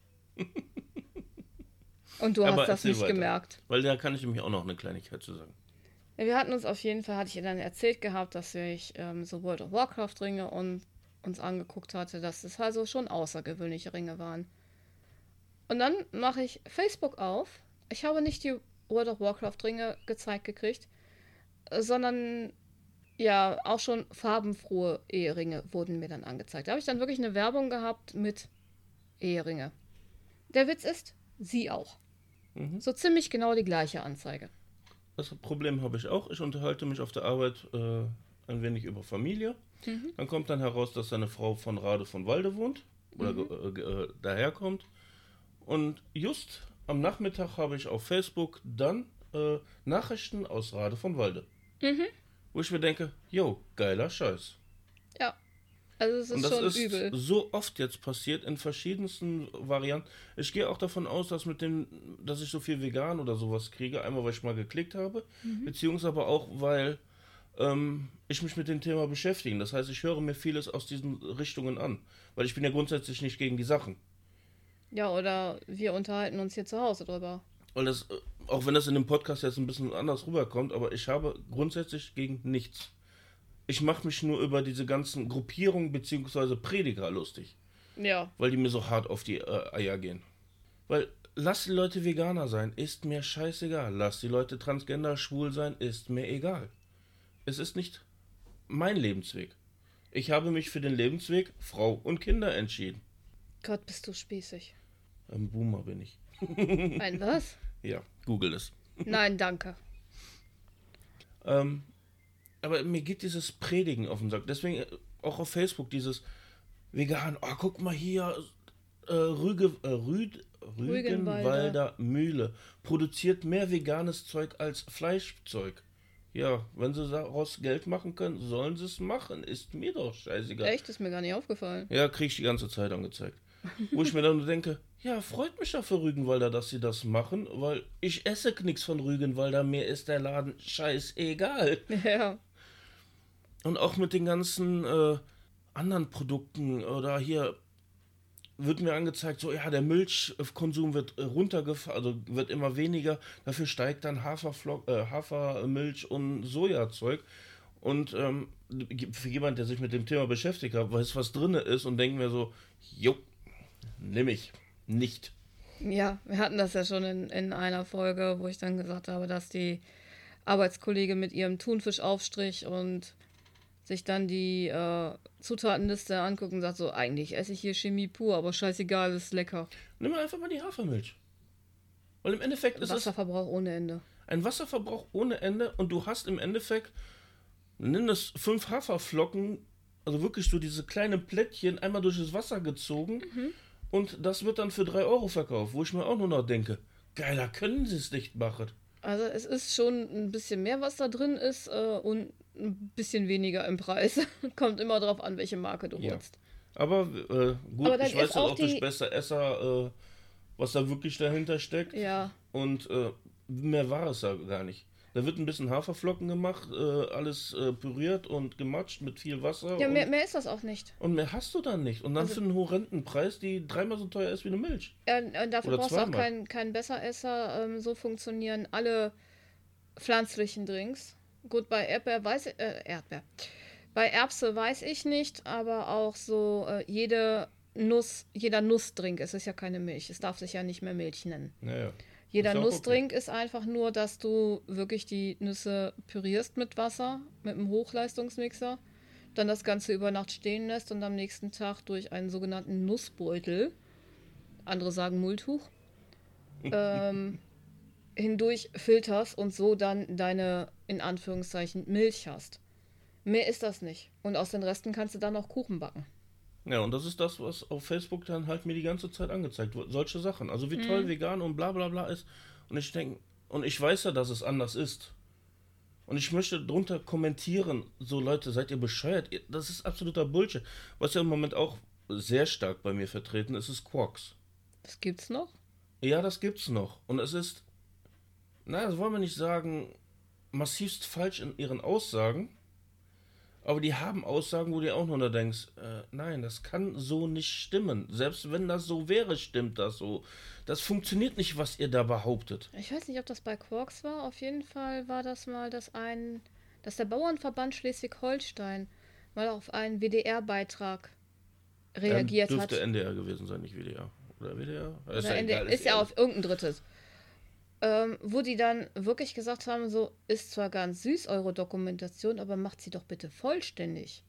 Und du Aber hast das erzähl nicht weiter. gemerkt. Weil da kann ich nämlich auch noch eine Kleinigkeit zu sagen. Ja, wir hatten uns auf jeden Fall, hatte ich ihr dann erzählt gehabt, dass ich ähm, so World of Warcraft Ringe und uns angeguckt hatte, dass es also schon außergewöhnliche Ringe waren. Und dann mache ich Facebook auf. Ich habe nicht die World of Warcraft Ringe gezeigt gekriegt, sondern ja, auch schon farbenfrohe Eheringe wurden mir dann angezeigt. Da habe ich dann wirklich eine Werbung gehabt mit Eheringe. Der Witz ist, sie auch. Mhm. So ziemlich genau die gleiche Anzeige. Das Problem habe ich auch. Ich unterhalte mich auf der Arbeit äh, ein wenig über Familie. Mhm. Dann kommt dann heraus, dass seine Frau von Rade von Walde wohnt oder mhm. äh, äh, daherkommt. Und just am Nachmittag habe ich auf Facebook dann äh, Nachrichten aus Rade von Walde. Mhm. Wo ich mir denke, jo, geiler Scheiß. Ja, also es ist Und das schon ist übel. so oft jetzt passiert in verschiedensten Varianten. Ich gehe auch davon aus, dass mit dem, dass ich so viel vegan oder sowas kriege. Einmal, weil ich mal geklickt habe, mhm. beziehungsweise aber auch, weil ähm, ich mich mit dem Thema beschäftige. Das heißt, ich höre mir vieles aus diesen Richtungen an. Weil ich bin ja grundsätzlich nicht gegen die Sachen. Ja, oder wir unterhalten uns hier zu Hause drüber. Weil das, auch wenn das in dem Podcast jetzt ein bisschen anders rüberkommt, aber ich habe grundsätzlich gegen nichts. Ich mache mich nur über diese ganzen Gruppierungen bzw. Prediger lustig. Ja. Weil die mir so hart auf die äh, Eier gehen. Weil, lass die Leute Veganer sein, ist mir scheißegal. Lass die Leute Transgender, schwul sein, ist mir egal. Es ist nicht mein Lebensweg. Ich habe mich für den Lebensweg Frau und Kinder entschieden. Gott, bist du spießig. Ein Boomer bin ich. Ein was? Ja, google es. Nein, danke. ähm, aber mir geht dieses Predigen auf den Sack. Deswegen auch auf Facebook dieses vegan, oh, guck mal hier, äh, Rüge, äh, Rüd, Rügenwalder Mühle produziert mehr veganes Zeug als Fleischzeug. Ja, wenn sie daraus Geld machen können, sollen sie es machen. Ist mir doch scheißegal. Echt? Ist mir gar nicht aufgefallen. Ja, krieg ich die ganze Zeit angezeigt. Wo ich mir dann denke, ja, freut mich ja für Rügenwalder, dass sie das machen, weil ich esse nichts von Rügenwalder, mir ist der Laden scheißegal. Ja. Und auch mit den ganzen äh, anderen Produkten oder hier wird mir angezeigt, so ja, der Milchkonsum wird äh, runtergefahren, also wird immer weniger, dafür steigt dann Haferflock, äh, Hafermilch und Sojazeug. Und ähm, für jemand, der sich mit dem Thema beschäftigt hat, weiß, was drin ist und denkt mir so, jo, nimm ich, nicht. Ja, wir hatten das ja schon in, in einer Folge, wo ich dann gesagt habe, dass die Arbeitskollegin mit ihrem Thunfischaufstrich und sich dann die äh, Zutatenliste anguckt und sagt so, eigentlich esse ich hier Chemie pur, aber scheißegal, ist lecker. Nimm einfach mal die Hafermilch. Weil im Endeffekt ist es Wasserverbrauch ohne Ende. ein Wasserverbrauch ohne Ende und du hast im Endeffekt, nimm das fünf Haferflocken, also wirklich so diese kleinen Plättchen einmal durch das Wasser gezogen Mhm. und das wird dann für drei Euro verkauft, wo ich mir auch nur noch denke, geiler können sie es nicht machen. Also es ist schon ein bisschen mehr, was da drin ist äh, und ein bisschen weniger im Preis. Kommt immer drauf an, welche Marke du Ja. holst. Aber äh, gut, Aber dann ich weiß ist halt auch auch durch die... besser Esser, äh, was da wirklich dahinter steckt. Ja, Und äh, mehr war es ja gar nicht. Da wird ein bisschen Haferflocken gemacht, äh, alles äh, püriert und gematscht mit viel Wasser. ja mehr, Und, mehr ist das auch nicht. und mehr hast du dann nicht. Und dann Also für einen horrenden Preis, die dreimal so teuer ist wie eine Milch. äh, äh, dafür Oder brauchst du auch zweimal. keinen keinen Besseresser. Ähm, so funktionieren alle pflanzlichen Drinks. Gut, bei Erdbeer weiß ich, äh, Erdbeer. Bei Erbse weiß ich nicht, aber auch so äh, jede Nuss, jeder Nussdrink, es ist ja keine Milch, es darf sich ja nicht mehr Milch nennen. Naja. Jeder Ist ja auch okay. Nussdrink ist einfach nur, dass du wirklich die Nüsse pürierst mit Wasser, mit einem Hochleistungsmixer, dann das Ganze über Nacht stehen lässt und am nächsten Tag durch einen sogenannten Nussbeutel, andere sagen Mulltuch, ähm, hindurch filterst und so dann deine, in Anführungszeichen, Milch hast. Mehr ist das nicht. Und aus den Resten kannst du dann noch Kuchen backen. Ja, und das ist das, was auf Facebook dann halt mir die ganze Zeit angezeigt wird. Solche Sachen. Also wie toll Mhm. vegan und bla bla bla ist. Und ich denke, und ich weiß ja, dass es anders ist. Und ich möchte drunter kommentieren, so Leute, seid ihr bescheuert? Ihr- Das ist absoluter Bullshit. Was ja im Moment auch sehr stark bei mir vertreten ist, ist Quarks. Das gibt's noch? Ja, das gibt's noch. Und es ist, na, das wollen wir nicht sagen, massivst falsch in ihren Aussagen. Aber die haben Aussagen, wo du auch nur da denkst, äh, nein, das kann so nicht stimmen. Selbst wenn das so wäre, stimmt das so. Das funktioniert nicht, was ihr da behauptet. Ich weiß nicht, ob das bei Quarks war. Auf jeden Fall war das mal, dass ein, dass der Bauernverband Schleswig-Holstein mal auf einen W D R-Beitrag Ähm, reagiert dürfte hat. N D R gewesen sein, nicht W D R. Oder W D R? Ist ja Oder Ende, egal, ist ja egal. auf irgendein drittes. Ähm, wo die dann wirklich gesagt haben, so, ist zwar ganz süß eure Dokumentation, aber macht sie doch bitte vollständig.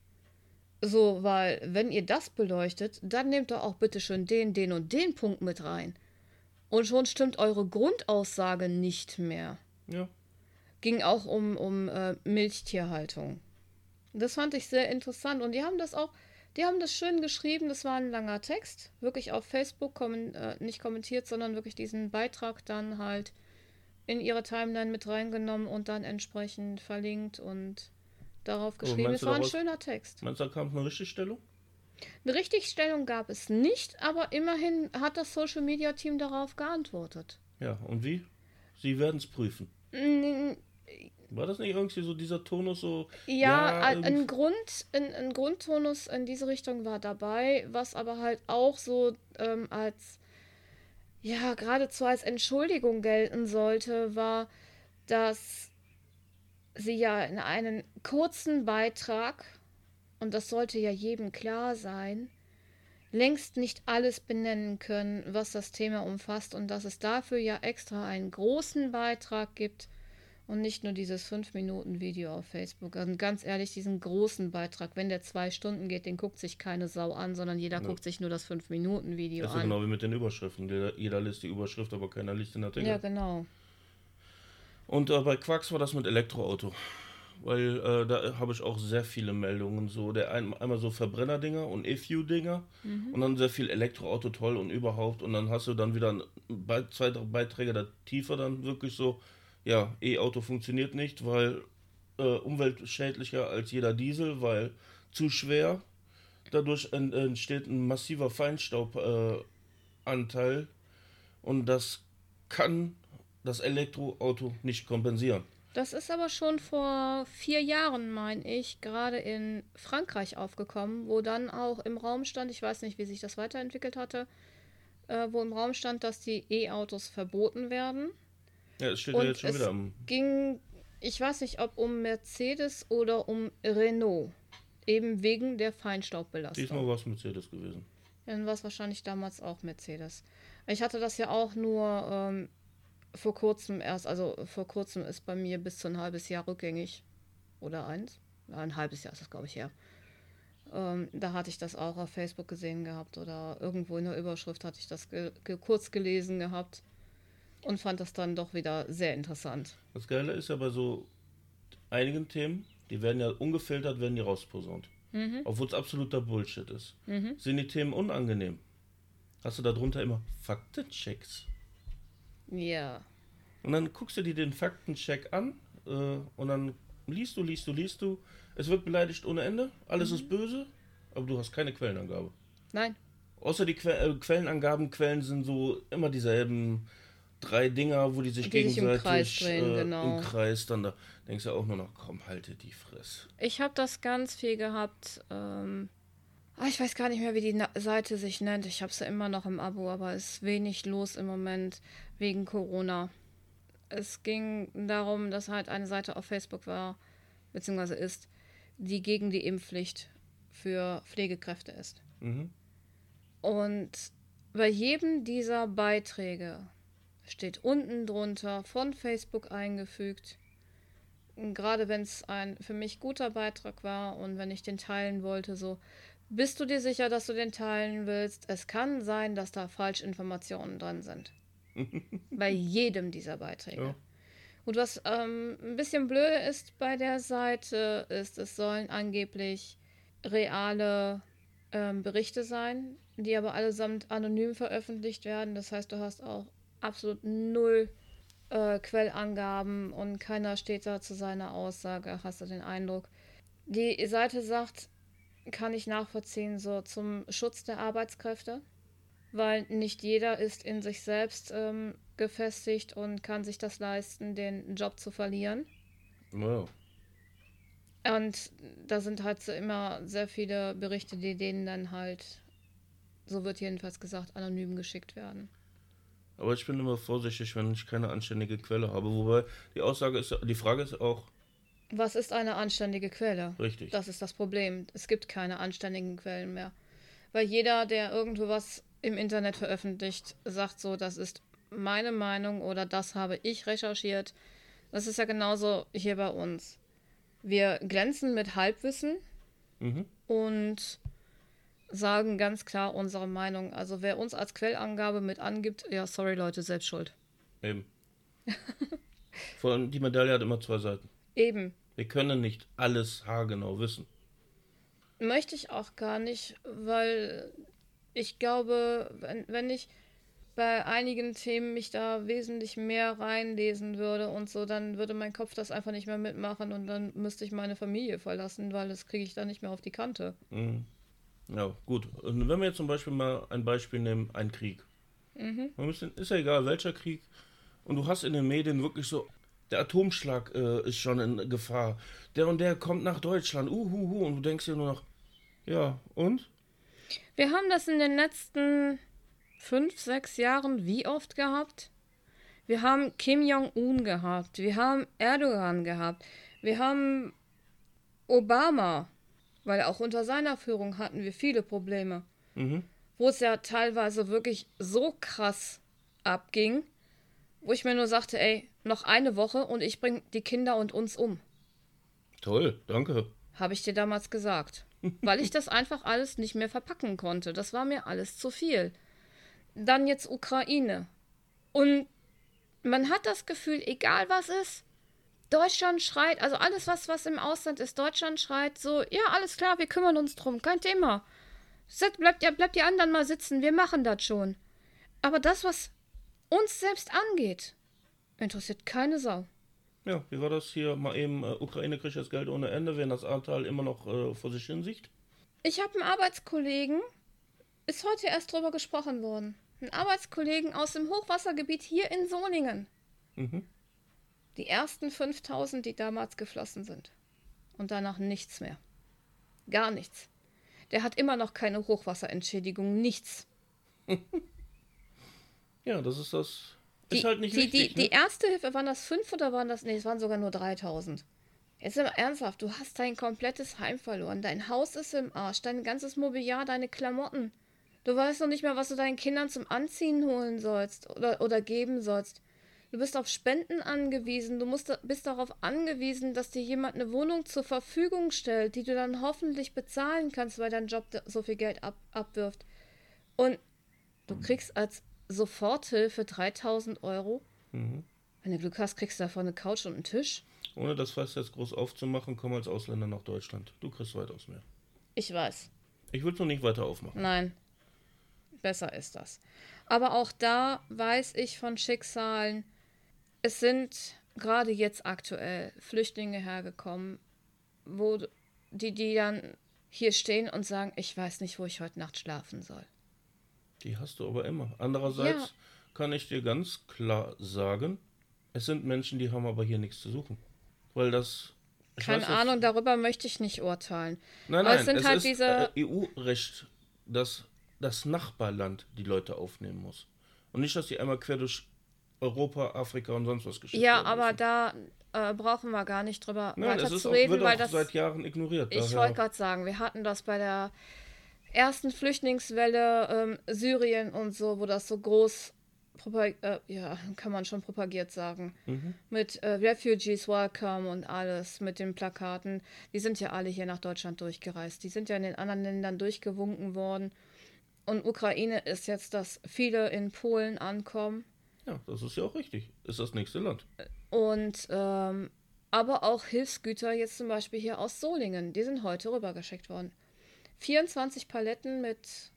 So, weil wenn ihr das beleuchtet, dann nehmt doch auch bitte schön den, den und den Punkt mit rein. Und schon stimmt eure Grundaussage nicht mehr. Ja. Ging auch um, um äh, Milchtierhaltung. Das fand ich sehr interessant und die haben das auch, die haben das schön geschrieben, das war ein langer Text, wirklich auf Facebook kommen, äh, nicht kommentiert, sondern wirklich diesen Beitrag dann halt in ihre Timeline mit reingenommen und dann entsprechend verlinkt und darauf Aber geschrieben. meinst Es du war ein daraus, schöner Text. meinst du, da kam eine Richtigstellung? Eine Richtigstellung gab es nicht, aber immerhin hat das Social Media Team darauf geantwortet. Ja, und wie? Sie werden es prüfen. Mm, War das nicht irgendwie so dieser Tonus so, Ja, ja, ein, ein, irgendwie- Grund, ein, ein Grundtonus in diese Richtung war dabei, was aber halt auch so ähm, als, ja, geradezu als Entschuldigung gelten sollte, war, dass sie ja in einen kurzen Beitrag, und das sollte ja jedem klar sein, längst nicht alles benennen können, was das Thema umfasst und dass es dafür ja extra einen großen Beitrag gibt und nicht nur dieses fünf Minuten Video auf Facebook. Und ganz ehrlich, diesen großen Beitrag, wenn der zwei Stunden geht, den guckt sich keine Sau an, sondern jeder Ja. guckt sich nur das fünf Minuten Video Das ist ja an. genau wie mit den Überschriften. Jeder, jeder liest die Überschrift, aber keiner liest den Artikel. Ja, genau. Und äh, bei Quacks war das mit Elektroauto. Weil äh, da habe ich auch sehr viele Meldungen. So, der ein, einmal so Verbrennerdinger und E-Fuel-Dinger Mhm. und dann sehr viel Elektroauto toll und überhaupt. Und dann hast du dann wieder ein, Be- zwei, drei Beiträge da tiefer dann wirklich so, ja, E-Auto funktioniert nicht, weil äh, umweltschädlicher als jeder Diesel, weil zu schwer. Dadurch en, entsteht ein massiver Feinstaubanteil äh, Anteil und das kann das Elektroauto nicht kompensieren. Das ist aber schon vor vier Jahren, meine ich, gerade in Frankreich aufgekommen, wo dann auch im Raum stand, ich weiß nicht, wie sich das weiterentwickelt hatte, äh, wo im Raum stand, dass die E-Autos verboten werden. Ja, es steht Und ja jetzt schon es wieder am. ging, ich weiß nicht, ob um Mercedes oder um Renault, eben wegen der Diesmal Feinstaubbelastung. war es Mercedes gewesen. Dann war es wahrscheinlich damals auch Mercedes. Ich hatte das ja auch nur ähm, vor kurzem erst, also vor kurzem ist bei mir bis zu ein halbes Jahr rückgängig. Oder eins? Ja, ein halbes Jahr ist das, glaube ich, her. Ähm, da hatte ich das auch auf Facebook gesehen gehabt oder irgendwo in der Überschrift hatte ich das ge ge kurz gelesen gehabt und fand das dann doch wieder sehr interessant. Das Geile ist ja bei so einigen Themen, die werden ja ungefiltert, werden die rausposaunt. Mhm. Obwohl es absoluter Bullshit ist. Mhm. Sind die Themen unangenehm? Hast du darunter immer Faktenchecks? Ja. Und dann guckst du dir den Faktencheck an äh, und dann liest du, liest du, liest du. Es wird beleidigt ohne Ende, alles Mhm. ist böse, aber du hast keine Quellenangabe. Nein. Außer die que äh, Quellenangaben, Quellen sind so immer dieselben drei Dinger, wo die sich Die sich im gegenseitig Kreis drehen, äh, genau. im Kreis dann da denkst du auch nur noch, komm, halte die Fresse. Ich habe das ganz viel gehabt. Ähm, ah, ich weiß gar nicht mehr, wie die Na Seite sich nennt. Ich habe sie immer noch im Abo, aber es ist wenig los im Moment wegen Corona. Es ging darum, dass halt eine Seite auf Facebook war, beziehungsweise ist, die gegen die Impfpflicht für Pflegekräfte ist. Mhm. Und bei jedem dieser Beiträge steht unten drunter von Facebook eingefügt, gerade wenn es ein für mich guter Beitrag war und wenn ich den teilen wollte, so, bist du dir sicher, dass du den teilen willst? Es kann sein, dass da Falschinformationen drin sind. Bei jedem dieser Beiträge. Ja. Und was ähm, ein bisschen blöde ist bei der Seite, ist, es sollen angeblich reale ähm, Berichte sein, die aber allesamt anonym veröffentlicht werden. Das heißt, du hast auch absolut null äh, Quellangaben und keiner steht da zu seiner Aussage, hast du den Eindruck. Die Seite sagt, kann ich nachvollziehen, so zum Schutz der Arbeitskräfte, weil nicht jeder ist in sich selbst ähm, gefestigt und kann sich das leisten, den Job zu verlieren. Ja. Und da sind halt so immer sehr viele Berichte, die denen dann halt, so wird jedenfalls gesagt, anonym geschickt werden. Aber ich bin immer vorsichtig, wenn ich keine anständige Quelle habe. Wobei die Aussage ist, die Frage ist auch, Was ist eine anständige Quelle? richtig. Das ist das Problem. Es gibt keine anständigen Quellen mehr. Weil jeder, der irgendwo was im Internet veröffentlicht, sagt so, das ist meine Meinung oder das habe ich recherchiert. Das ist ja genauso hier bei uns. Wir glänzen mit Halbwissen Mhm. und sagen ganz klar unsere Meinung. Also wer uns als Quellangabe mit angibt, ja, sorry Leute, selbst schuld. Eben. Vor allem, die Medaille hat immer zwei Seiten. Eben. Wir können nicht alles haargenau wissen. Möchte ich auch gar nicht, weil ich glaube, wenn, wenn ich bei einigen Themen mich da wesentlich mehr reinlesen würde und so, dann würde mein Kopf das einfach nicht mehr mitmachen und dann müsste ich meine Familie verlassen, weil das kriege ich dann nicht mehr auf die Kante. Mhm. Ja, gut. Und wenn wir jetzt zum Beispiel mal ein Beispiel nehmen, ein Krieg. Mhm. Wir müssen, ist ja egal, welcher Krieg. Und du hast in den Medien wirklich so, der Atomschlag äh, ist schon in Gefahr. Der und der kommt nach Deutschland. Uhuhu. Und du denkst dir nur noch, ja, und? Wir haben das in den letzten fünf, sechs Jahren wie oft gehabt? Wir haben Kim Jong-un gehabt, wir haben Erdogan gehabt, wir haben Obama, weil auch unter seiner Führung hatten wir viele Probleme, Mhm. wo es ja teilweise wirklich so krass abging, wo ich mir nur sagte, ey, noch eine Woche und ich bringe die Kinder und uns um. Toll, danke. Habe ich dir damals gesagt. Weil ich das einfach alles nicht mehr verpacken konnte. Das war mir alles zu viel. Dann jetzt Ukraine. Und man hat das Gefühl, egal was ist, Deutschland schreit, also alles, was, was im Ausland ist, Deutschland schreit so, ja, alles klar, wir kümmern uns drum, kein Thema. Bleibt, ja, bleibt die anderen mal sitzen, wir machen das schon. Aber das, was uns selbst angeht, interessiert keine Sau. Ja, wie war das hier mal eben? Äh, Ukraine kriegt das Geld ohne Ende, während das Ahrtal immer noch äh, vor sich hin sieht. Ich habe einen Arbeitskollegen, ist heute erst drüber gesprochen worden, einen Arbeitskollegen aus dem Hochwassergebiet hier in Solingen. Mhm. Die ersten fünftausend, die damals geflossen sind. Und danach nichts mehr. Gar nichts. Der hat immer noch keine Hochwasserentschädigung, nichts. Ja, das ist das. Die, ist halt nicht die, wichtig. die, ne? die erste Hilfe, waren das fünf oder waren das, nee, es waren sogar nur dreitausend. Jetzt sind wir ernsthaft, du hast dein komplettes Heim verloren, dein Haus ist im Arsch, dein ganzes Mobiliar, deine Klamotten. Du weißt noch nicht mal, was du deinen Kindern zum Anziehen holen sollst oder, oder geben sollst. Du bist auf Spenden angewiesen. Du musst, bist darauf angewiesen, dass dir jemand eine Wohnung zur Verfügung stellt, die du dann hoffentlich bezahlen kannst, weil dein Job so viel Geld ab, abwirft. Und du kriegst als Soforthilfe dreitausend Euro. Mhm. Wenn du Glück hast, kriegst du davon eine Couch und einen Tisch. Ohne das Fass jetzt groß aufzumachen, komm als Ausländer nach Deutschland. Du kriegst weitaus mehr. Ich weiß. Ich würde es noch nicht weiter aufmachen. Nein. Besser ist das. Aber auch da weiß ich von Schicksalen, es sind gerade jetzt aktuell Flüchtlinge hergekommen, wo die, die dann hier stehen und sagen, ich weiß nicht, wo ich heute Nacht schlafen soll. Die hast du aber immer. Andererseits ja. kann ich dir ganz klar sagen, es sind Menschen, die haben aber hier nichts zu suchen. Weil das... Keine weiß, Ahnung, darüber möchte ich nicht urteilen. Nein, aber nein, es sind es halt ist diese E U-Recht, dass das Nachbarland die Leute aufnehmen muss. Und nicht, dass die einmal quer durch Europa, Afrika und sonst was geschickt ja, werden aber müssen. da äh, brauchen wir gar nicht drüber Nein, weiter es ist zu auch, reden, wird weil auch das seit Jahren ignoriert. Ich wollte gerade sagen, wir hatten das bei der ersten Flüchtlingswelle ähm, Syrien und so, wo das so groß propag- äh, ja, kann man schon propagiert sagen. Mhm. Mit äh, Refugees Welcome und alles, mit den Plakaten. Die sind ja alle hier nach Deutschland durchgereist. Die sind ja in den anderen Ländern durchgewunken worden. Und Ukraine ist jetzt, dass viele in Polen ankommen. Ja, das ist ja auch richtig. Ist das nächste Land. Und ähm, aber auch Hilfsgüter, jetzt zum Beispiel hier aus Solingen, die sind heute rübergeschickt worden. vierundzwanzig Paletten mit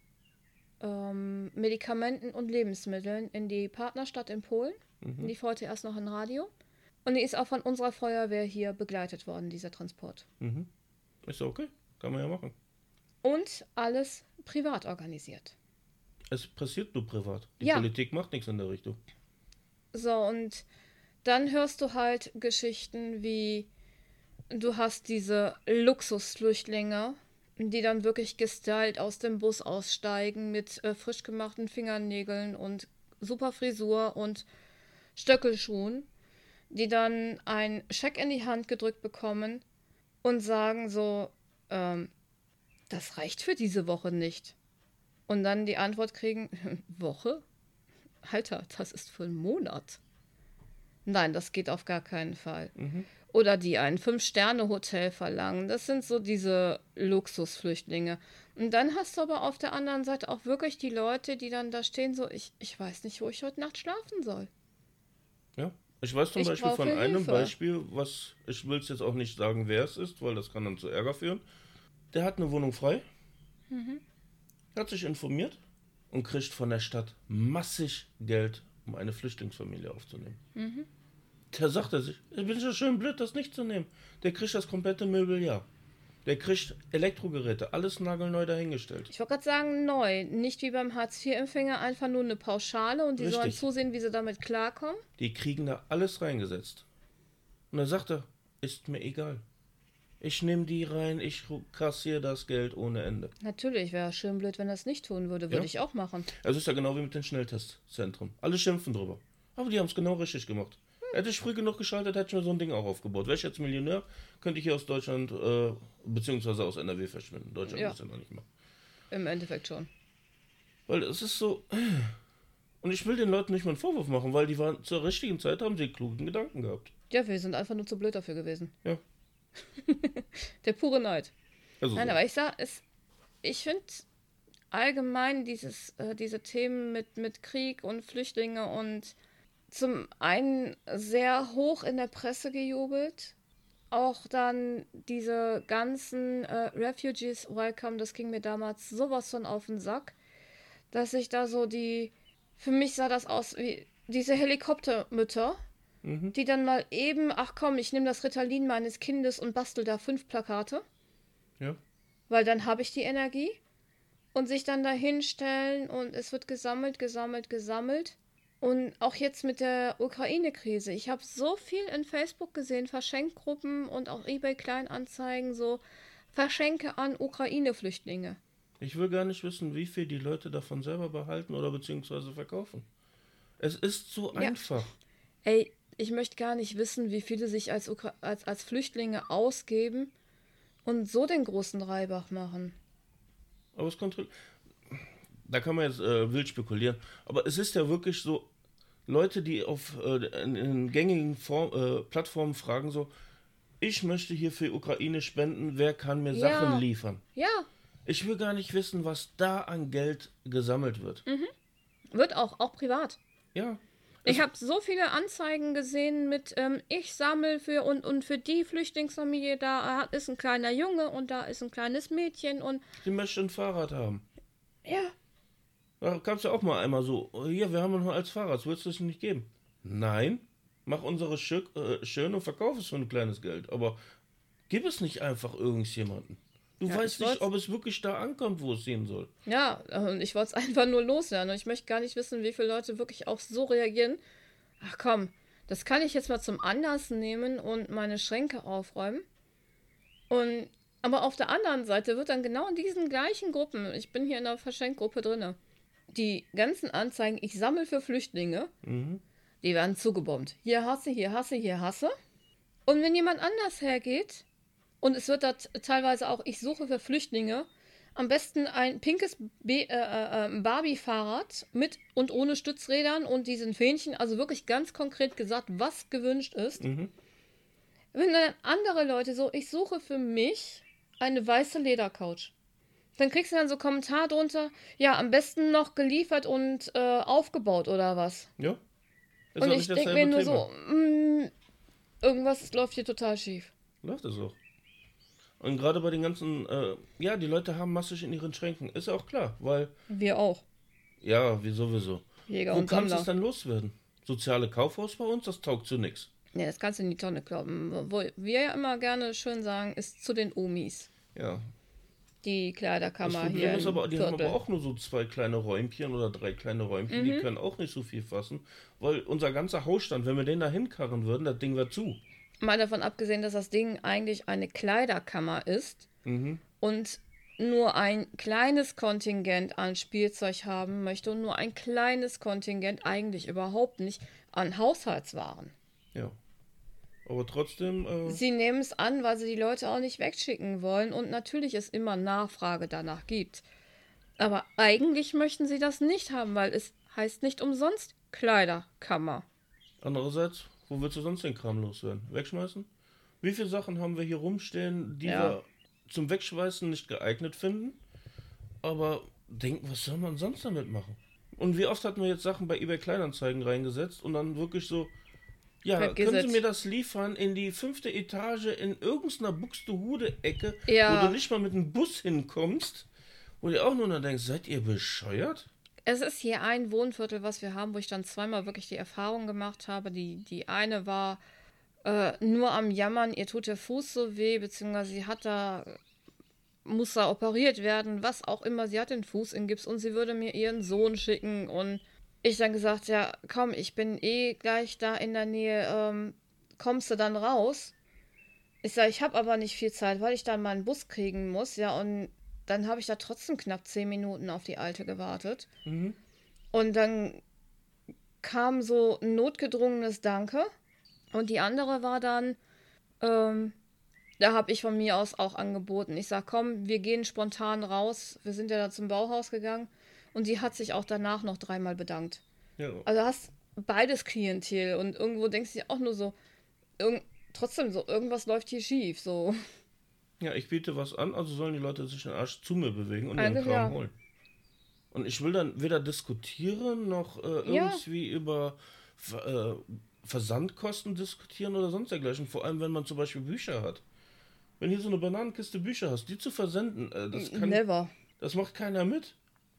ähm, Medikamenten und Lebensmitteln in die Partnerstadt in Polen. Mhm. Die heute erst noch im Radio. Und die ist auch von unserer Feuerwehr hier begleitet worden, dieser Transport. Mhm. Ist okay, kann man ja machen. Und alles privat organisiert. Es passiert nur privat. Die ja. Politik macht nichts in der Richtung. So, und dann hörst du halt Geschichten wie, du hast diese Luxusflüchtlinge, die dann wirklich gestylt aus dem Bus aussteigen mit äh, frisch gemachten Fingernägeln und super Frisur und Stöckelschuhen, die dann einen Scheck in die Hand gedrückt bekommen und sagen so, ähm, das reicht für diese Woche nicht. Und dann die Antwort kriegen, Woche? Alter, das ist für einen Monat. Nein, das geht auf gar keinen Fall. Mhm. Oder die ein Fünf-Sterne-Hotel verlangen. Das sind so diese Luxusflüchtlinge. Und dann hast du aber auf der anderen Seite auch wirklich die Leute, die dann da stehen, so, ich, ich weiß nicht, wo ich heute Nacht schlafen soll. Ja, ich weiß zum ich Beispiel von einem Hilfe. Beispiel, was, ich will es jetzt auch nicht sagen, wer es ist, weil das kann dann zu Ärger führen. Der hat eine Wohnung frei, mhm. hat sich informiert und kriegt von der Stadt massig Geld, um eine Flüchtlingsfamilie aufzunehmen. Mhm. Da sagt er sich, ich bin ja schön blöd, das nicht zu nehmen. Der kriegt das komplette Möbeljahr. Der kriegt Elektrogeräte, alles nagelneu dahingestellt. Ich wollte gerade sagen, neu. Nicht wie beim Hartz vier Empfänger einfach nur eine Pauschale und die Richtig. sollen zusehen, wie sie damit klarkommen. Die kriegen da alles reingesetzt. Und dann sagt er, ist mir egal. Ich nehme die rein, ich kassiere das Geld ohne Ende. Natürlich, wäre schön blöd, wenn er es nicht tun würde. Würde Ja. ich auch machen. Also ist ja genau wie mit den Schnelltestzentren. Alle schimpfen drüber. Aber die haben es genau richtig gemacht. Hm. Hätte ich früh genug geschaltet, hätte ich mir so ein Ding auch aufgebaut. Wäre ich jetzt Millionär, könnte ich hier aus Deutschland, äh, beziehungsweise aus N R W verschwinden. Deutschland Ja. ist ja noch nicht mehr. Im Endeffekt schon. Weil es ist so... Und ich will den Leuten nicht mal einen Vorwurf machen, weil die waren zur richtigen Zeit, haben sie klugen Gedanken gehabt. Ja, wir sind einfach nur zu blöd dafür gewesen. Ja. Der pure Neid. Also Nein, so. aber ich sag, es, ich finde allgemein dieses, äh, diese Themen mit, mit Krieg und Flüchtlinge und zum einen sehr hoch in der Presse gejubelt, auch dann diese ganzen äh, Refugees Welcome, das ging mir damals sowas von auf den Sack, dass ich da so die, für mich sah das aus wie diese Helikoptermütter, Mhm. die dann mal eben, ach komm, ich nehme das Ritalin meines Kindes und bastel da fünf Plakate. Ja. Weil dann habe ich die Energie. Und sich dann da hinstellen und es wird gesammelt, gesammelt, gesammelt. Und auch jetzt mit der Ukraine-Krise. Ich habe so viel in Facebook gesehen, Verschenkgruppen und auch eBay-Kleinanzeigen, so Verschenke an Ukraine-Flüchtlinge. Ich will gar nicht wissen, wie viel die Leute davon selber behalten oder beziehungsweise verkaufen. Es ist so Ja. einfach. Ey, ich möchte gar nicht wissen, wie viele sich als, Ukra- als, als Flüchtlinge ausgeben und so den großen Reibach machen. Aber es kontrolliert. da kann man jetzt äh, wild spekulieren. Aber es ist ja wirklich so, Leute, die auf äh, in, in gängigen Form, äh, Plattformen fragen so, ich möchte hier für Ukraine spenden, wer kann mir Ja. Sachen liefern? Ja, Ich will gar nicht wissen, was da an Geld gesammelt wird. wird auch, auch privat. Ja. Ich habe so viele Anzeigen gesehen mit, ähm, ich sammle für und, und für die Flüchtlingsfamilie, da ist ein kleiner Junge und da ist ein kleines Mädchen und Die möchte ein Fahrrad haben. ja, Da gab es ja auch mal einmal so, hier, wir haben nur als Fahrrad, willst du es nicht geben? Nein, mach unsere Stück äh, schön und verkauf es für ein kleines Geld. Aber gib es nicht einfach irgendjemanden. Du Ja, weißt ich nicht, wollt's- ob es wirklich da ankommt, wo es hin soll. ja, und ich wollte es einfach nur loswerden und ich möchte gar nicht wissen, wie viele Leute wirklich auch so reagieren. Ach komm, das kann ich jetzt mal zum Anlass nehmen und meine Schränke aufräumen. Und aber auf der anderen Seite wird dann genau in diesen gleichen Gruppen, ich bin hier in der Verschenkgruppe drinne, die ganzen Anzeigen, ich sammle für Flüchtlinge, Mhm. die werden zugebombt. Hier hasse, hier hasse, hier hasse. Und wenn jemand anders hergeht, und es wird da t- teilweise auch, ich suche für Flüchtlinge, am besten ein pinkes B- äh, äh, äh, Barbie-Fahrrad mit und ohne Stützrädern und diesen Fähnchen, also wirklich ganz konkret gesagt, was gewünscht ist. Mhm. Wenn dann andere Leute so, ich suche für mich eine weiße Ledercouch. Dann kriegst du dann so Kommentar drunter, ja, am besten noch geliefert und äh, aufgebaut oder was. Ja. Ist Und doch ich nicht denke mir dasselbe nur Thema. so, mm, irgendwas läuft hier total schief. Läuft es auch. Und gerade bei den ganzen, äh, ja, die Leute haben massig in ihren Schränken. Ist ja auch klar, weil, Wir auch. ja, wie sowieso. Jäger Wo und kann es Sammler. dann loswerden? Soziale Kaufhaus bei uns, das taugt zu nichts. Nee, das kannst du in die Tonne kloppen. Wo wir ja immer gerne schön sagen, ist zu den Omis. Ja. Die Das Kleiderkammer Problem hier ist im aber, die haben Viertel. aber auch nur so zwei kleine Räumchen oder drei kleine Räumchen, Mhm. die können auch nicht so viel fassen, weil unser ganzer Hausstand, wenn wir den da hinkarren würden, das Ding wäre zu. Mal davon abgesehen, dass das Ding eigentlich eine Kleiderkammer ist Mhm. und nur ein kleines Kontingent an Spielzeug haben möchte und nur ein kleines Kontingent eigentlich überhaupt nicht an Haushaltswaren. Ja. Aber trotzdem, äh, Sie nehmen es an, weil sie die Leute auch nicht wegschicken wollen und natürlich es immer Nachfrage danach gibt. Aber eigentlich möchten sie das nicht haben, weil es heißt nicht umsonst Kleiderkammer. andererseits, wo willst du sonst den Kram loswerden? Wegschmeißen? Wie viele Sachen haben wir hier rumstehen, die Ja. wir zum Wegschmeißen nicht geeignet finden? Aber denken, was soll man sonst damit machen? Und wie oft hatten wir jetzt Sachen bei eBay Kleinanzeigen reingesetzt und dann wirklich so, ja, Vergiss können Sie es. mir das liefern in die fünfte Etage in irgendeiner Buxtehude-Ecke, Ja. wo du nicht mal mit dem Bus hinkommst, wo du auch nur dann denkst, seid ihr bescheuert? Es ist hier ein Wohnviertel, was wir haben, wo ich dann zweimal wirklich die Erfahrung gemacht habe. Die, die eine war äh, nur am Jammern, ihr tut der Fuß so weh, beziehungsweise sie hat da, muss da operiert werden, was auch immer. Sie hat den Fuß in Gips und sie würde mir ihren Sohn schicken. Und ich dann gesagt, ja, komm, ich bin eh gleich da in der Nähe, ähm, kommst du dann raus? Ich sage, ich habe aber nicht viel Zeit, weil ich dann meinen Bus kriegen muss, ja, und dann habe ich da trotzdem knapp zehn Minuten auf die Alte gewartet. Mhm. Und dann kam so ein notgedrungenes Danke. Und die andere war dann, ähm, da habe ich von mir aus auch angeboten. Ich sag, komm, wir gehen spontan raus. Wir sind ja da zum Bauhaus gegangen. Und sie hat sich auch danach noch dreimal bedankt. Ja. Also hast beides Klientel. Und irgendwo denkst du dir auch nur so, irgend, trotzdem so, irgendwas läuft hier schief. So. Ja, ich biete was an, also sollen die Leute sich den Arsch zu mir bewegen und Eigentlich ihren Kram ja. holen. Und ich will dann weder diskutieren, noch äh, Ja. irgendwie über Ver- äh, Versandkosten diskutieren oder sonst dergleichen. Vor allem, wenn man zum Beispiel Bücher hat. Wenn hier so eine Bananenkiste Bücher hast, die zu versenden, äh, das kann, Never. das macht keiner mit.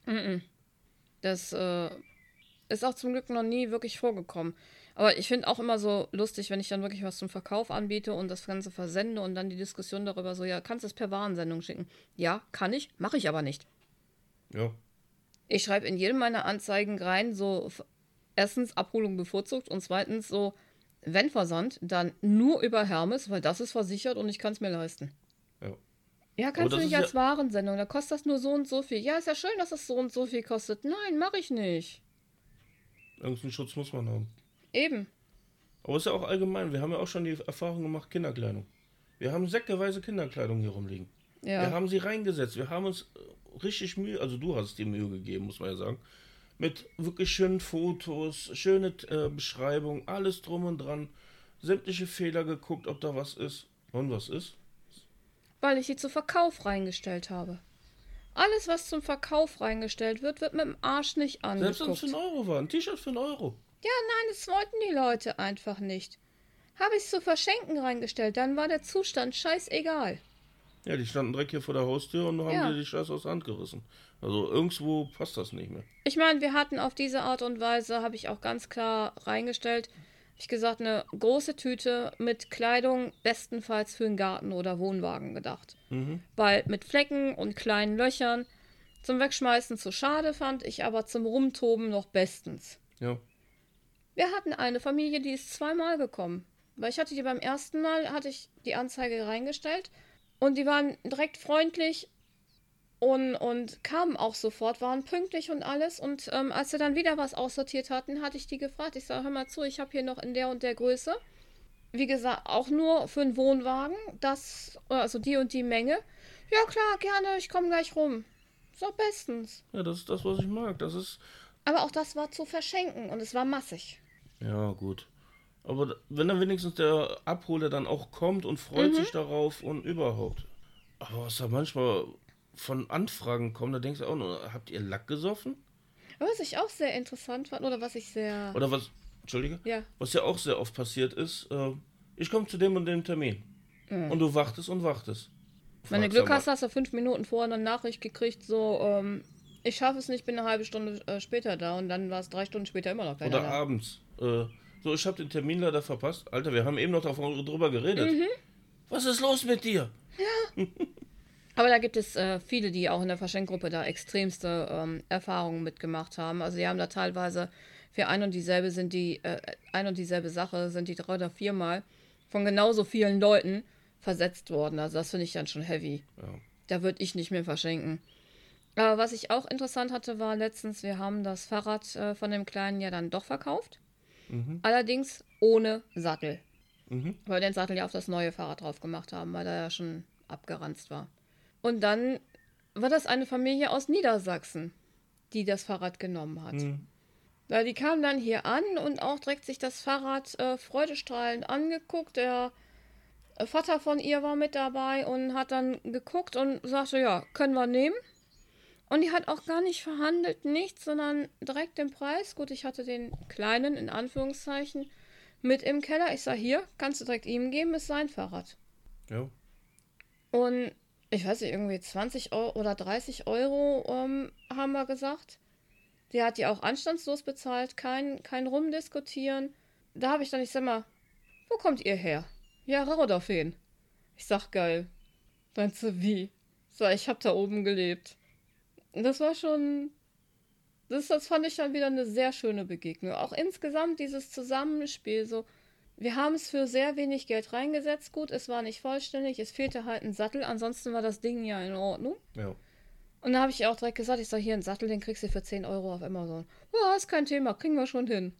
Das äh, ist auch zum Glück noch nie wirklich vorgekommen. Aber ich finde auch immer so lustig, wenn ich dann wirklich was zum Verkauf anbiete und das Ganze versende und dann die Diskussion darüber so, ja, kannst du es per Warensendung schicken? Ja, kann ich, mache ich aber nicht. Ja, Ich schreibe in jedem meiner Anzeigen rein, so f- erstens Abholung bevorzugt und zweitens so, wenn Versand, dann nur über Hermes, weil das ist versichert und ich kann es mir leisten. ja. Ja, Aber kannst du das nicht ist als Warensendung, da kostet das nur so und so viel. Ja, ist ja schön, dass das so und so viel kostet. Nein, mache ich nicht. Irgendeinen Schutz muss man haben. Eben. Aber es ist ja auch allgemein, wir haben ja auch schon die Erfahrung gemacht, Kinderkleidung. Wir haben säckeweise Kinderkleidung hier rumliegen. Ja. Wir haben sie reingesetzt, wir haben uns richtig Mühe, also du hast dir Mühe gegeben, muss man ja sagen, mit wirklich schönen Fotos, schöne äh, Beschreibung, alles drum und dran, sämtliche Fehler geguckt, ob da was ist. Und was ist? Weil ich sie zu Verkauf reingestellt habe. Alles, was zum Verkauf reingestellt wird, wird mit dem Arsch nicht angeguckt. Selbst wenn es für einen Euro war, ein T-Shirt für einen Euro. Ja, nein, das wollten die Leute einfach nicht. Habe ich es zu verschenken reingestellt, dann war der Zustand scheißegal. Ja, die standen direkt hier vor der Haustür und haben Ja. dir die Scheiße aus der Hand gerissen. Also irgendwo passt das nicht mehr. Ich meine, wir hatten auf diese Art und Weise, habe ich auch ganz klar reingestellt, habe ich gesagt, eine große Tüte mit Kleidung, bestenfalls für einen Garten oder Wohnwagen gedacht. Mhm. Weil mit Flecken und kleinen Löchern zum Wegschmeißen zu schade, fand ich aber zum Rumtoben noch bestens. Ja. Wir hatten eine Familie, die ist zweimal gekommen. Weil ich hatte die beim ersten Mal, hatte ich die Anzeige reingestellt und die waren direkt freundlich und, und kamen auch sofort, waren pünktlich und alles. Und ähm, als wir dann wieder was aussortiert hatten, hatte ich die gefragt. Ich sage, hör mal zu, ich habe hier noch in der und der Größe. Wie gesagt, auch nur für einen Wohnwagen, das, also die und die Menge. Ja klar, gerne, ich komme gleich rum. So bestens. Ja, das ist das, was ich mag. Das ist. Aber auch das war zu verschenken und es war massig. Ja, gut. Aber wenn dann wenigstens der Abholer dann auch kommt und freut Mhm. sich darauf und überhaupt. Aber was da manchmal von Anfragen kommt, da denkst du auch nur, habt ihr Lack gesoffen? Was ich auch sehr interessant fand, oder was ich sehr... Oder was, Entschuldige? Ja. Was ja auch sehr oft passiert ist, äh, ich komme zu dem und dem Termin. Und du wartest und wartest. Wenn du Fragst Glück aber, hast, hast du fünf Minuten vorher eine Nachricht gekriegt, so, ähm, ich schaffe es nicht, bin eine halbe Stunde äh, später da und dann war es drei Stunden später immer noch keiner Oder da. abends. Äh, so, ich habe den Termin leider verpasst. Alter, wir haben eben noch davon, drüber geredet. Mhm. Was ist los mit dir? Aber da gibt es äh, viele, die auch in der Verschenkgruppe da extremste ähm, Erfahrungen mitgemacht haben. Also die haben da teilweise für ein und dieselbe sind die, äh, ein und dieselbe Sache sind die drei oder viermal von genauso vielen Leuten versetzt worden. Also das finde ich dann schon heavy. Ja. Da würde ich nicht mehr verschenken. Aber was ich auch interessant hatte, war letztens, wir haben das Fahrrad äh, von dem Kleinen ja dann doch verkauft. Mhm. Allerdings ohne Sattel. Mhm. Weil wir den Sattel ja auf das neue Fahrrad drauf gemacht haben, weil er ja schon abgeranzt war. Und dann war das eine Familie aus Niedersachsen, die das Fahrrad genommen hat. Mhm. Ja, die kamen dann hier an und auch direkt sich das Fahrrad äh, freudestrahlend angeguckt. Der äh, Vater von ihr war mit dabei und hat dann geguckt und sagte, ja, können wir nehmen. Und die hat auch gar nicht verhandelt, nichts, sondern direkt den Preis. Gut, ich hatte den kleinen, in Anführungszeichen, mit im Keller. Ich sag, hier, kannst du direkt ihm geben, ist sein Fahrrad. Ja. Und ich weiß nicht, irgendwie zwanzig Euro oder dreißig Euro ähm, haben wir gesagt. Die hat die auch anstandslos bezahlt, kein, kein Rumdiskutieren. Da habe ich dann, ich sag mal, wo kommt ihr her? Ja, Raudorfeen. Ich sag, geil. Meinst du, wie? So, ich hab da oben gelebt. Das war schon, das, das fand ich dann wieder eine sehr schöne Begegnung. Auch insgesamt dieses Zusammenspiel, so, wir haben es für sehr wenig Geld reingesetzt. Gut, es war nicht vollständig, es fehlte halt ein Sattel, ansonsten war das Ding ja in Ordnung. Ja. Und da habe ich auch direkt gesagt, ich sage, hier, einen Sattel, den kriegst du für zehn Euro auf Amazon. Ja, ist kein Thema, kriegen wir schon hin.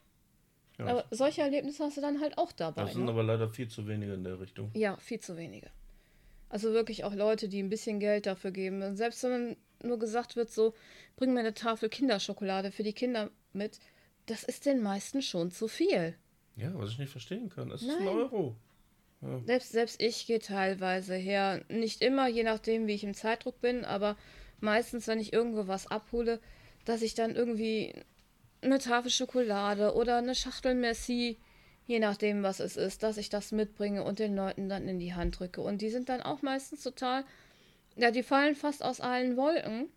Ja. Aber solche Erlebnisse hast du dann halt auch dabei. Das sind Ne? aber leider viel zu wenige in der Richtung. Ja, viel zu wenige. Also wirklich auch Leute, die ein bisschen Geld dafür geben. Und selbst wenn nur gesagt wird, so, bring mir eine Tafel Kinderschokolade für die Kinder mit, das ist den meisten schon zu viel. Ja, was ich nicht verstehen kann. Es ist Nein. ein Euro. Ja. Selbst, selbst ich gehe teilweise her, nicht immer, je nachdem, wie ich im Zeitdruck bin, aber meistens, wenn ich irgendwo was abhole, dass ich dann irgendwie eine Tafel Schokolade oder eine Schachtel Merci, je nachdem, was es ist, dass ich das mitbringe und den Leuten dann in die Hand drücke. Und die sind dann auch meistens total, ja, die fallen fast aus allen Wolken.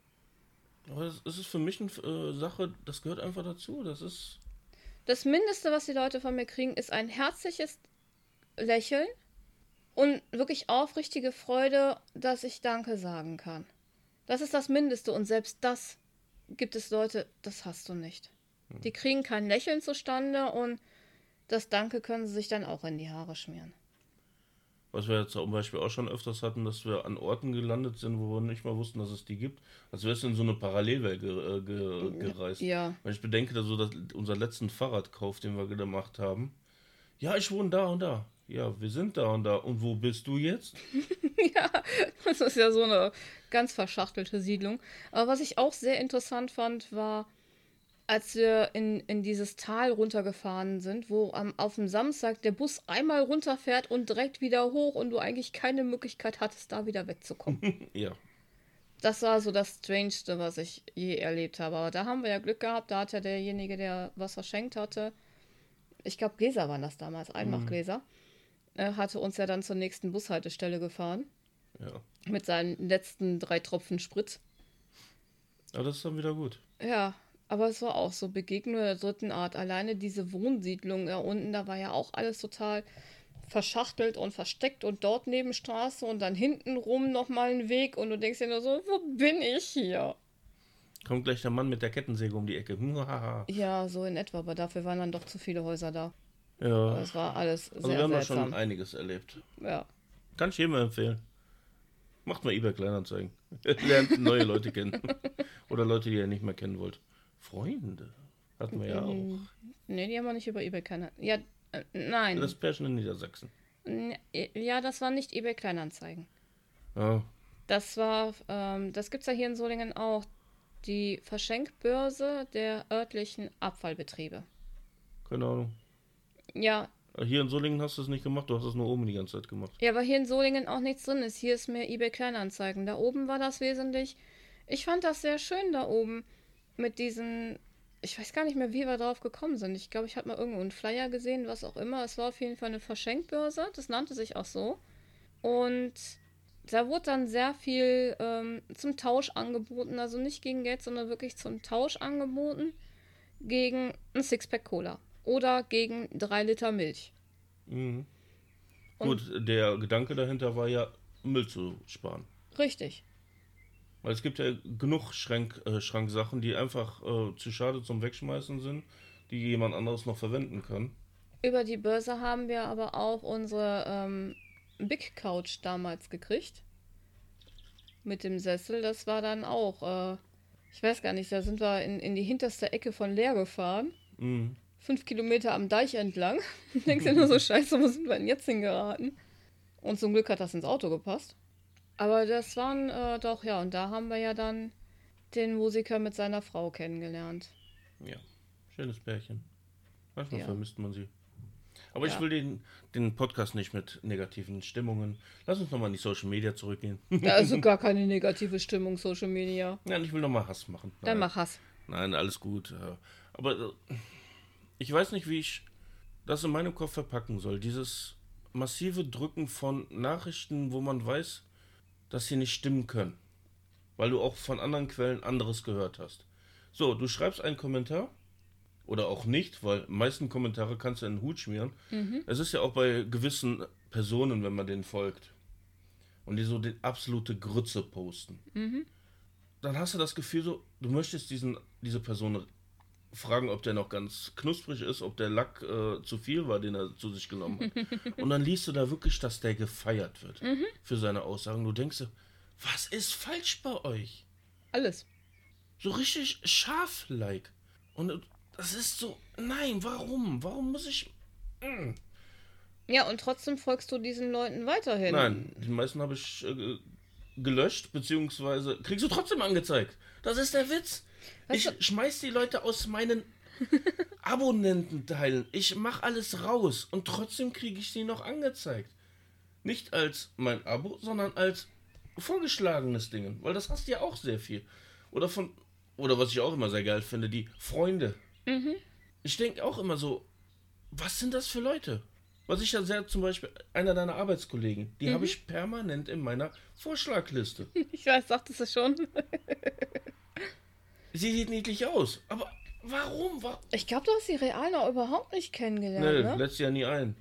Aber es es ist für mich eine äh, Sache, das gehört einfach dazu. Das ist. Das Mindeste, was die Leute von mir kriegen, ist ein herzliches Lächeln und wirklich aufrichtige Freude, dass ich Danke sagen kann. Das ist das Mindeste und selbst das gibt es Leute, das hast du nicht. Die kriegen kein Lächeln zustande und das Danke können sie sich dann auch in die Haare schmieren. Was wir jetzt zum Beispiel auch schon öfters hatten, dass wir an Orten gelandet sind, wo wir nicht mal wussten, dass es die gibt. Als wärst du in so eine Parallelwelt ge äh, ge gereist. Ja. Wenn ich bedenke, dass so das, unser letzten Fahrradkauf, den wir gemacht haben. Ja, ich wohne da und da. ja, wir sind da und da. Und wo bist du jetzt? Ja, das ist ja so eine ganz verschachtelte Siedlung. Aber was ich auch sehr interessant fand, war, als wir in, in dieses Tal runtergefahren sind, wo am, auf dem Samstag der Bus einmal runterfährt und direkt wieder hoch und du eigentlich keine Möglichkeit hattest, da wieder wegzukommen. Ja. Das war so das Strangeste, was ich je erlebt habe. Aber da haben wir ja Glück gehabt. Da hat ja derjenige, der was verschenkt hatte, ich glaube Gläser waren das damals, Einmachgläser, äh, hatte uns ja dann zur nächsten Bushaltestelle gefahren. Ja. Mit seinen letzten drei Tropfen Sprit. Aber das ist dann wieder gut. Ja, aber es war auch so Begegnung der dritten Art. Alleine diese Wohnsiedlung da unten, da war ja auch alles total verschachtelt und versteckt und dort Nebenstraße und dann hintenrum nochmal ein Weg und du denkst dir nur so, wo bin ich hier? Kommt gleich der Mann mit der Kettensäge um die Ecke. Ja, so in etwa, aber dafür waren dann doch zu viele Häuser da. Ja. Das war alles sehr Also wir haben da seltsam. schon einiges erlebt. Ja. Kann ich jedem empfehlen. Macht mal eBay Kleinanzeigen. Lernt neue Leute kennen. Oder Leute, die ihr nicht mehr kennen wollt. Freunde. Hatten wir ja auch. Nee, die haben wir nicht über eBay keine. Ja, äh, nein. Das Pärchen in Niedersachsen. N- Ja, das war nicht eBay Kleinanzeigen. Ja. Das war, ähm, das gibt's ja hier in Solingen auch. Die Verschenkbörse der örtlichen Abfallbetriebe. Keine Ahnung. Ja, Hier in Solingen hast du es nicht gemacht, du hast es nur oben die ganze Zeit gemacht. ja, weil hier in Solingen auch nichts drin ist. Hier ist mehr eBay Kleinanzeigen. Da oben war das wesentlich. Ich fand das sehr schön da oben mit diesen. Ich weiß gar nicht mehr, wie wir drauf gekommen sind. Ich glaube, ich habe mal irgendwo einen Flyer gesehen, was auch immer. Es war auf jeden Fall eine Verschenkbörse. Das nannte sich auch so. Und da wurde dann sehr viel ähm, zum Tausch angeboten. Also nicht gegen Geld, sondern wirklich zum Tausch angeboten. Gegen ein Sixpack Cola. Oder gegen drei Liter Milch. Mhm. Und- Gut, der Gedanke dahinter war ja, Müll zu sparen. Richtig. Weil es gibt ja genug Schrank, äh, Schranksachen, die einfach äh, zu schade zum Wegschmeißen sind, die jemand anderes noch verwenden kann. Über die Börse haben wir aber auch unsere ähm, Big Couch damals gekriegt. Mit dem Sessel. Das war dann auch, äh, ich weiß gar nicht, da sind wir in, in die hinterste Ecke von Leer gefahren. Mhm. Fünf Kilometer am Deich entlang. Du denkst dir nur so, scheiße, wo sind wir denn jetzt hingeraten? Und zum Glück hat das ins Auto gepasst. Aber das waren äh, doch, ja, und da haben wir ja dann den Musiker mit seiner Frau kennengelernt. Ja, schönes Pärchen. Manchmal Ja. vermisst man sie. Aber Ja. ich will den, den Podcast nicht mit negativen Stimmungen. Lass uns nochmal in die Social Media zurückgehen. Ja, also gar keine negative Stimmung, Social Media. Nein, ich will nochmal Hass machen. Dann Nein. mach Hass. Nein, alles gut. ja. Aber äh, ich weiß nicht, wie ich das in meinem Kopf verpacken soll. Dieses massive Drücken von Nachrichten, wo man weiß, dass sie nicht stimmen können. Weil du auch von anderen Quellen anderes gehört hast. So, du schreibst einen Kommentar. Oder auch nicht, weil meisten Kommentare kannst du in den Hut schmieren. Es ist ja auch bei gewissen Personen, wenn man denen folgt. Und die so die absolute Grütze posten. Dann hast du das Gefühl so, du möchtest diesen, diese Person fragen, ob der noch ganz knusprig ist, ob der Lack äh, zu viel war, den er zu sich genommen hat. Und dann liest du da wirklich, dass der gefeiert wird für seine Aussagen. Du denkst dir, was ist falsch bei euch? Alles. So richtig scharf-like. Und das ist so, nein, warum? Warum muss ich... Mm. Ja, und trotzdem folgst du diesen Leuten weiterhin. Nein, die meisten habe ich äh, gelöscht, beziehungsweise kriegst du trotzdem angezeigt. Das ist der Witz. Weißt Ich schmeiß die Leute aus meinen Abonnententeilen. Ich mach alles raus und trotzdem kriege ich sie noch angezeigt. Nicht als mein Abo, sondern als vorgeschlagenes Ding. Weil das hast du ja auch sehr viel. Oder von, oder was ich auch immer sehr geil finde, die Freunde. Ich denke auch immer so, was sind das für Leute? Was ich ja sehr, zum Beispiel, einer deiner Arbeitskollegen, die habe ich permanent in meiner Vorschlagliste. Ich weiß, sagtest du schon. Sie sieht niedlich aus, aber warum? Wa Ich glaube, du hast sie real noch überhaupt nicht kennengelernt, nee, ne? lässt sie ja nie ein.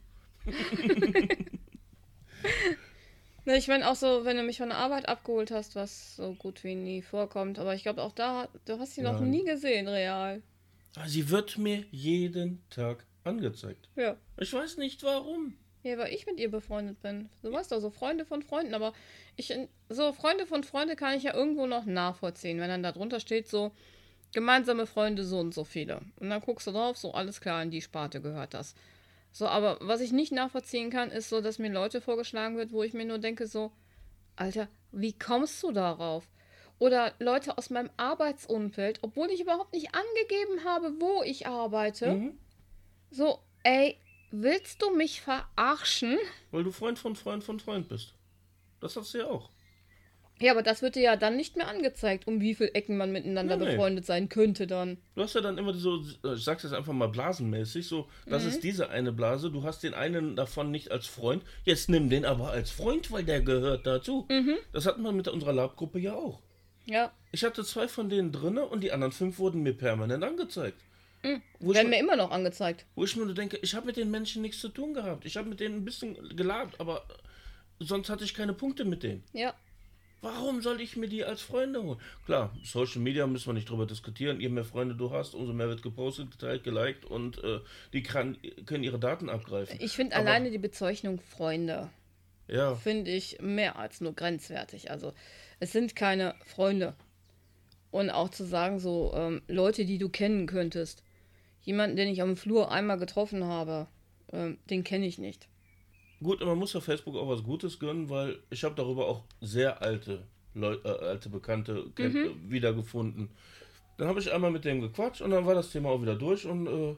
Ne, ich meine auch so, wenn du mich von der Arbeit abgeholt hast, was so gut wie nie vorkommt. Aber ich glaube auch da, du hast sie noch Nein. nie gesehen, real. Aber sie wird mir jeden Tag angezeigt. Ja. Ich weiß nicht warum. Ja, weil ich mit ihr befreundet bin. Du weißt doch, so Freunde von Freunden. Aber ich, so Freunde von Freunde kann ich ja irgendwo noch nachvollziehen. Wenn dann da drunter steht so, gemeinsame Freunde so und so viele. Und dann guckst du drauf, so alles klar, in die Sparte gehört das. So, aber was ich nicht nachvollziehen kann, ist so, dass mir Leute vorgeschlagen wird, wo ich mir nur denke so, Alter, wie kommst du darauf? Oder Leute aus meinem Arbeitsumfeld, obwohl ich überhaupt nicht angegeben habe, wo ich arbeite. Mhm. So, ey, willst du mich verarschen? Weil du Freund von Freund von Freund bist. Das hast du ja auch. Ja, aber das wird dir ja dann nicht mehr angezeigt, um wie viele Ecken man miteinander Nee, nee. befreundet sein könnte dann. Du hast ja dann immer so, ich sag's jetzt einfach mal blasenmäßig, so, das ist diese eine Blase, du hast den einen davon nicht als Freund, jetzt nimm den aber als Freund, weil der gehört dazu. Das hatten wir mit unserer Lab-Gruppe ja auch. Ja. Ich hatte zwei von denen drinne und die anderen fünf wurden mir permanent angezeigt. Wo ich, Werden mir, mir immer noch angezeigt. wo ich mir nur denke, ich habe mit den Menschen nichts zu tun gehabt. Ich habe mit denen ein bisschen gelabt, aber sonst hatte ich keine Punkte mit denen. Ja. Warum soll ich mir die als Freunde holen? Klar, Social Media müssen wir nicht drüber diskutieren. Je mehr Freunde du hast, umso mehr wird gepostet, geteilt, geliked und äh, die kann, können ihre Daten abgreifen. Ich finde Aber- alleine die Bezeichnung Freunde, Ja, finde ich mehr als nur grenzwertig. Also, es sind keine Freunde. Und auch zu sagen, so ähm, Leute, die du kennen könntest. Jemanden, den ich am Flur einmal getroffen habe, ähm, den kenne ich nicht. gut, man muss ja Facebook auch was Gutes gönnen, weil ich habe darüber auch sehr alte Leute, äh, alte Bekannte kenn- äh, wiedergefunden. Dann habe ich einmal mit dem gequatscht und dann war das Thema auch wieder durch und äh,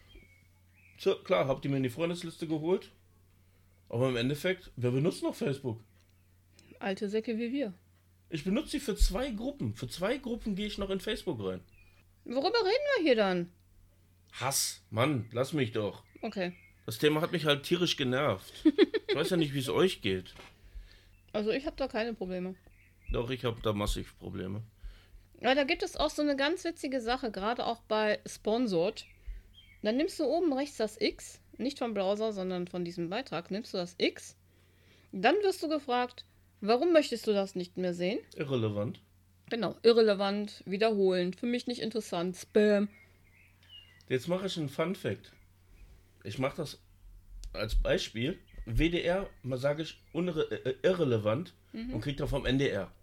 so, klar, habt ihr mir in die Freundesliste geholt. Aber im Endeffekt, wer benutzt noch Facebook? Alte Säcke wie wir. Ich benutze sie für zwei Gruppen. Für zwei Gruppen gehe ich noch in Facebook rein. Worüber reden wir hier dann? Hass, Mann, lass mich doch. Okay. Das Thema hat mich halt tierisch genervt. Ich weiß ja nicht, wie es euch geht. Also ich habe da keine Probleme. Doch, ich habe da massiv Probleme. Ja, da gibt es auch so eine ganz witzige Sache, gerade auch bei Sponsored. Dann nimmst du oben rechts das X, nicht vom Browser, sondern von diesem Beitrag, nimmst du das X. Dann wirst du gefragt, warum möchtest du das nicht mehr sehen? Irrelevant. Genau, irrelevant, wiederholend, für mich nicht interessant, Spam. Jetzt mache ich einen Fun Fact. Ich mache das als Beispiel. W D R, mal sage ich, unre äh, irrelevant und kriegt da vom N D R.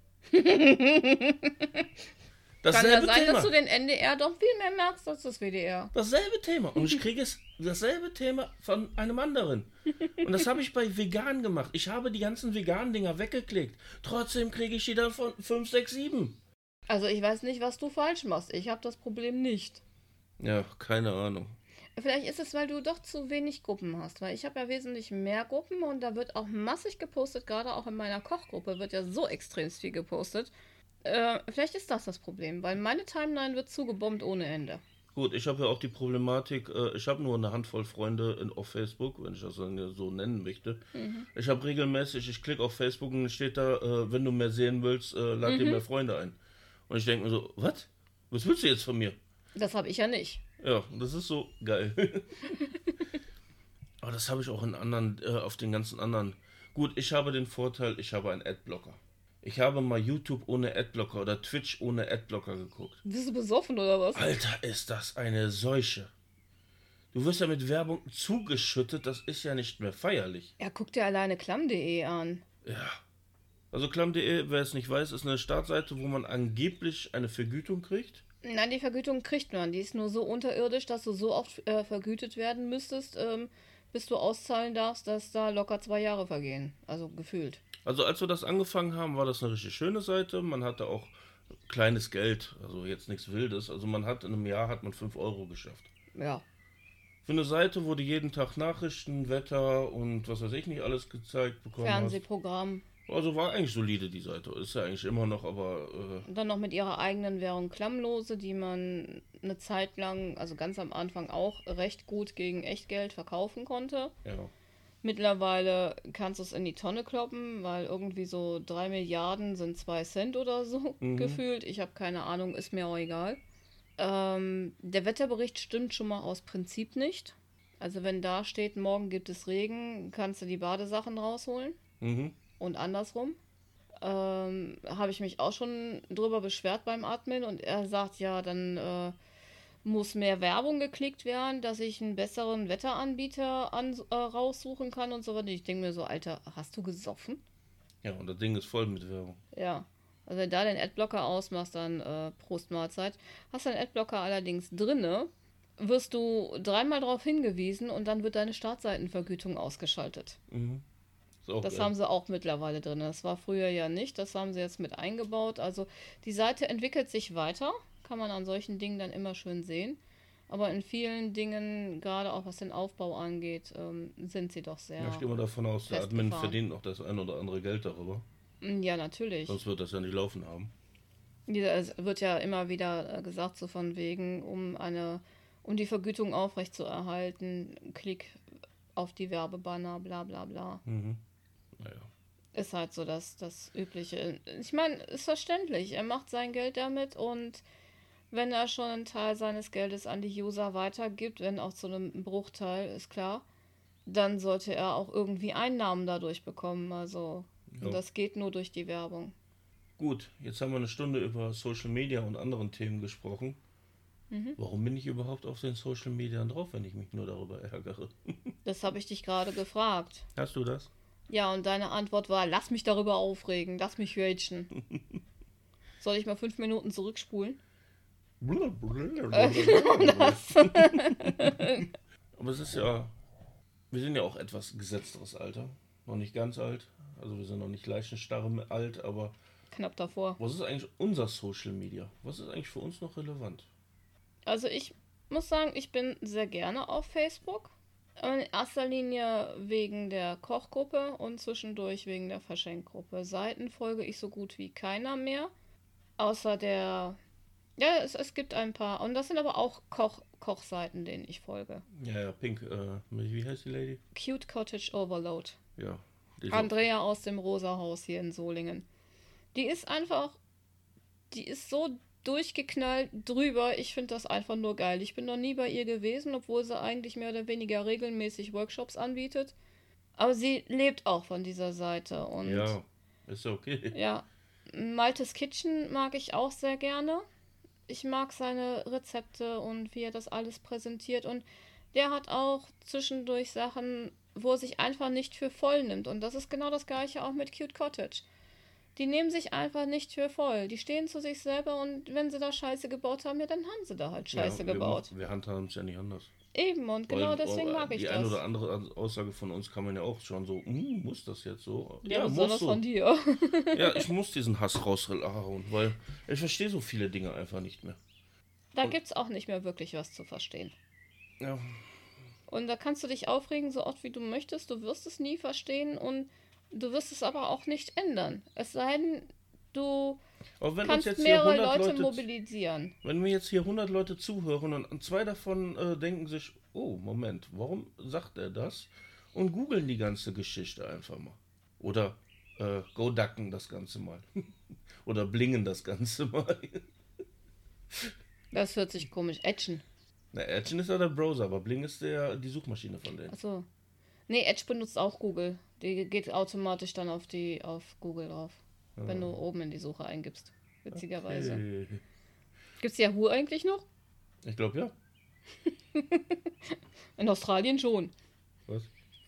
Kann ja Dasselbe sein, Thema. dass du den N D R doch viel mehr merkst als das W D R. Dasselbe Thema. Und ich kriege es, dasselbe Thema von einem anderen. Und das habe ich bei vegan gemacht. Ich habe die ganzen veganen Dinger weggeklickt. Trotzdem kriege ich die dann von fünf, sechs, sieben. Also ich weiß nicht, was du falsch machst. Ich habe das Problem nicht. Ja, keine Ahnung. Vielleicht ist es, weil du doch zu wenig Gruppen hast. Weil ich habe ja wesentlich mehr Gruppen und da wird auch massig gepostet. Gerade auch in meiner Kochgruppe wird ja so extrem viel gepostet. Äh, vielleicht ist das das Problem, weil meine Timeline wird zugebombt ohne Ende. Gut, ich habe ja auch die Problematik, äh, ich habe nur eine Handvoll Freunde in, auf Facebook, wenn ich das dann so nennen möchte. Mhm. Ich habe regelmäßig, ich klicke auf Facebook und steht da, äh, wenn du mehr sehen willst, äh, lad dir mehr Freunde ein. Und ich denke mir so, was? Was willst du jetzt von mir? Das habe ich ja nicht. Ja, das ist so geil. Aber das habe ich auch in anderen, äh, auf den ganzen anderen. Gut, ich habe den Vorteil, ich habe einen Adblocker. Ich habe mal YouTube ohne Adblocker oder Twitch ohne Adblocker geguckt. Bist du besoffen oder was? Alter, ist das eine Seuche. Du wirst ja mit Werbung zugeschüttet, das ist ja nicht mehr feierlich. Ja, guck dir alleine klamm punkt de an. Ja. Also klamm punkt de, wer es nicht weiß, ist eine Startseite, wo man angeblich eine Vergütung kriegt. Nein, die Vergütung kriegt man. Die ist nur so unterirdisch, dass du so oft äh, vergütet werden müsstest, ähm, bis du auszahlen darfst, dass da locker zwei Jahre vergehen. Also gefühlt. Also als wir das angefangen haben, war das eine richtig schöne Seite. Man hatte auch kleines Geld, also jetzt nichts Wildes. Also man hat in einem Jahr hat man fünf Euro geschafft. Ja. Für eine Seite, wo du jeden Tag Nachrichten, Wetter und was weiß ich nicht alles gezeigt bekommen Fernsehprogramm. hast. Also war eigentlich solide die Seite. Ist ja eigentlich immer noch, aber äh, Und dann noch mit ihrer eigenen Währung Klammlose, die man eine Zeit lang, also ganz am Anfang auch, recht gut gegen Echtgeld verkaufen konnte. ja. Mittlerweile kannst du es in die Tonne kloppen, weil irgendwie so drei Milliarden sind zwei Cent oder so Mhm. gefühlt. Ich habe keine Ahnung, ist mir auch egal. Ähm, der Wetterbericht stimmt schon mal aus Prinzip nicht. Also wenn da steht, morgen gibt es Regen, kannst du die Badesachen rausholen Mhm. und andersrum. Ähm, habe ich mich auch schon drüber beschwert beim Admin und er sagt, ja, dann äh, muss mehr Werbung geklickt werden, dass ich einen besseren Wetteranbieter an, äh, raussuchen kann und so weiter. Ich denke mir so, Alter, hast du gesoffen? Ja, und das Ding ist voll mit Werbung. Ja. Also wenn du da den Adblocker ausmachst, dann äh, Prost Mahlzeit. Hast du den Adblocker allerdings drinne, wirst du dreimal darauf hingewiesen und dann wird deine Startseitenvergütung ausgeschaltet. Mhm. Ist auch Das geil. haben sie auch mittlerweile drin. Das war früher ja nicht. Das haben sie jetzt mit eingebaut. Also die Seite entwickelt sich weiter. Kann man an solchen Dingen dann immer schön sehen. Aber in vielen Dingen, gerade auch was den Aufbau angeht, ähm, sind sie doch sehr Ja, ich gehe mal davon aus, der Admin festgefahren. verdient noch das ein oder andere Geld darüber. Ja, natürlich. Sonst wird das ja nicht laufen haben. Dieser- Es wird ja immer wieder äh, gesagt, so von wegen, um eine, um die Vergütung aufrechtzuerhalten, Klick auf die Werbebanner, bla bla bla. Mhm. Naja. Ist halt so das, das Übliche. Ich meine, ist verständlich. Er macht sein Geld damit und wenn er schon einen Teil seines Geldes an die User weitergibt, wenn auch zu einem Bruchteil, ist klar, dann sollte er auch irgendwie Einnahmen dadurch bekommen. Also, Ja. und das geht nur durch die Werbung. Gut, jetzt haben wir eine Stunde über Social Media und anderen Themen gesprochen. Mhm. Warum bin ich überhaupt auf den Social Media drauf, wenn ich mich nur darüber ärgere? Das habe ich dich gerade gefragt. Hast du das? Ja, und deine Antwort war, lass mich darüber aufregen, lass mich ragen. Soll ich mal fünf Minuten zurückspulen? Aber es ist ja, wir sind ja auch etwas gesetzteres Alter. Noch nicht ganz alt. Also wir sind noch nicht leichenstarre alt, aber Knapp davor. was ist eigentlich unser Social Media? Was ist eigentlich für uns noch relevant? Also ich muss sagen, ich bin sehr gerne auf Facebook. In erster Linie wegen der Kochgruppe und zwischendurch wegen der Verschenkgruppe. Seiten folge ich so gut wie keiner mehr. Außer der... Ja, es, es gibt ein paar. Und das sind aber auch Koch, Kochseiten, denen ich folge. Ja, ja, Pink, äh, wie heißt die Lady? Cute Cottage Overload. Ja. Die ist Andrea aus dem Rosa Haus hier in Solingen. Die ist einfach... Die ist so durchgeknallt drüber. Ich finde das einfach nur geil. Ich bin noch nie bei ihr gewesen, obwohl sie eigentlich mehr oder weniger regelmäßig Workshops anbietet. Aber sie lebt auch von dieser Seite. auch, Und ja, ist ja okay. ja, Maltes Kitchen mag ich auch sehr gerne. Ich mag seine Rezepte und wie er das alles präsentiert. Und der hat auch zwischendurch Sachen, wo er sich einfach nicht für voll nimmt. Und das ist genau das gleiche auch mit Cute Cottage. Die nehmen sich einfach nicht für voll. Die stehen zu sich selber und wenn sie da Scheiße gebaut haben, ja, dann haben sie da halt Scheiße ja, wir, gebaut. Wir handhaben es ja nicht anders. Eben, und genau Weil, deswegen äh, mag ich die das. eine oder andere Aussage von uns kann man ja auch schon so, "Hm, muss das jetzt so? Ja, muss besonders so. von dir. Ja, ich muss diesen Hass raushauen, weil ich verstehe so viele Dinge einfach nicht mehr. Da gibt's auch nicht mehr wirklich was zu verstehen. Ja, Und da kannst du dich aufregen, so oft wie du möchtest. Du wirst es nie verstehen und du wirst es aber auch nicht ändern. Es sei denn, du aber wenn uns kannst jetzt hier mehrere hundert Leute, Leute, mobilisieren. wenn mir jetzt hier hundert Leute zuhören und zwei davon äh, denken sich, oh, Moment, warum sagt er das? Und googeln die ganze Geschichte einfach mal. Oder äh, go ducken das Ganze mal. Oder blingen das Ganze mal. Das hört sich komisch. Edgen. Na, Edge ist ja der Browser, aber Bling ist der, die Suchmaschine von denen. Achso. Nee, Edge benutzt auch Google. Die geht automatisch dann auf die auf Google drauf. Ah. Wenn du oben in die Suche eingibst. Witzigerweise. Okay. Gibt's Yahoo eigentlich noch? Ich glaube ja. In Australien schon. Was?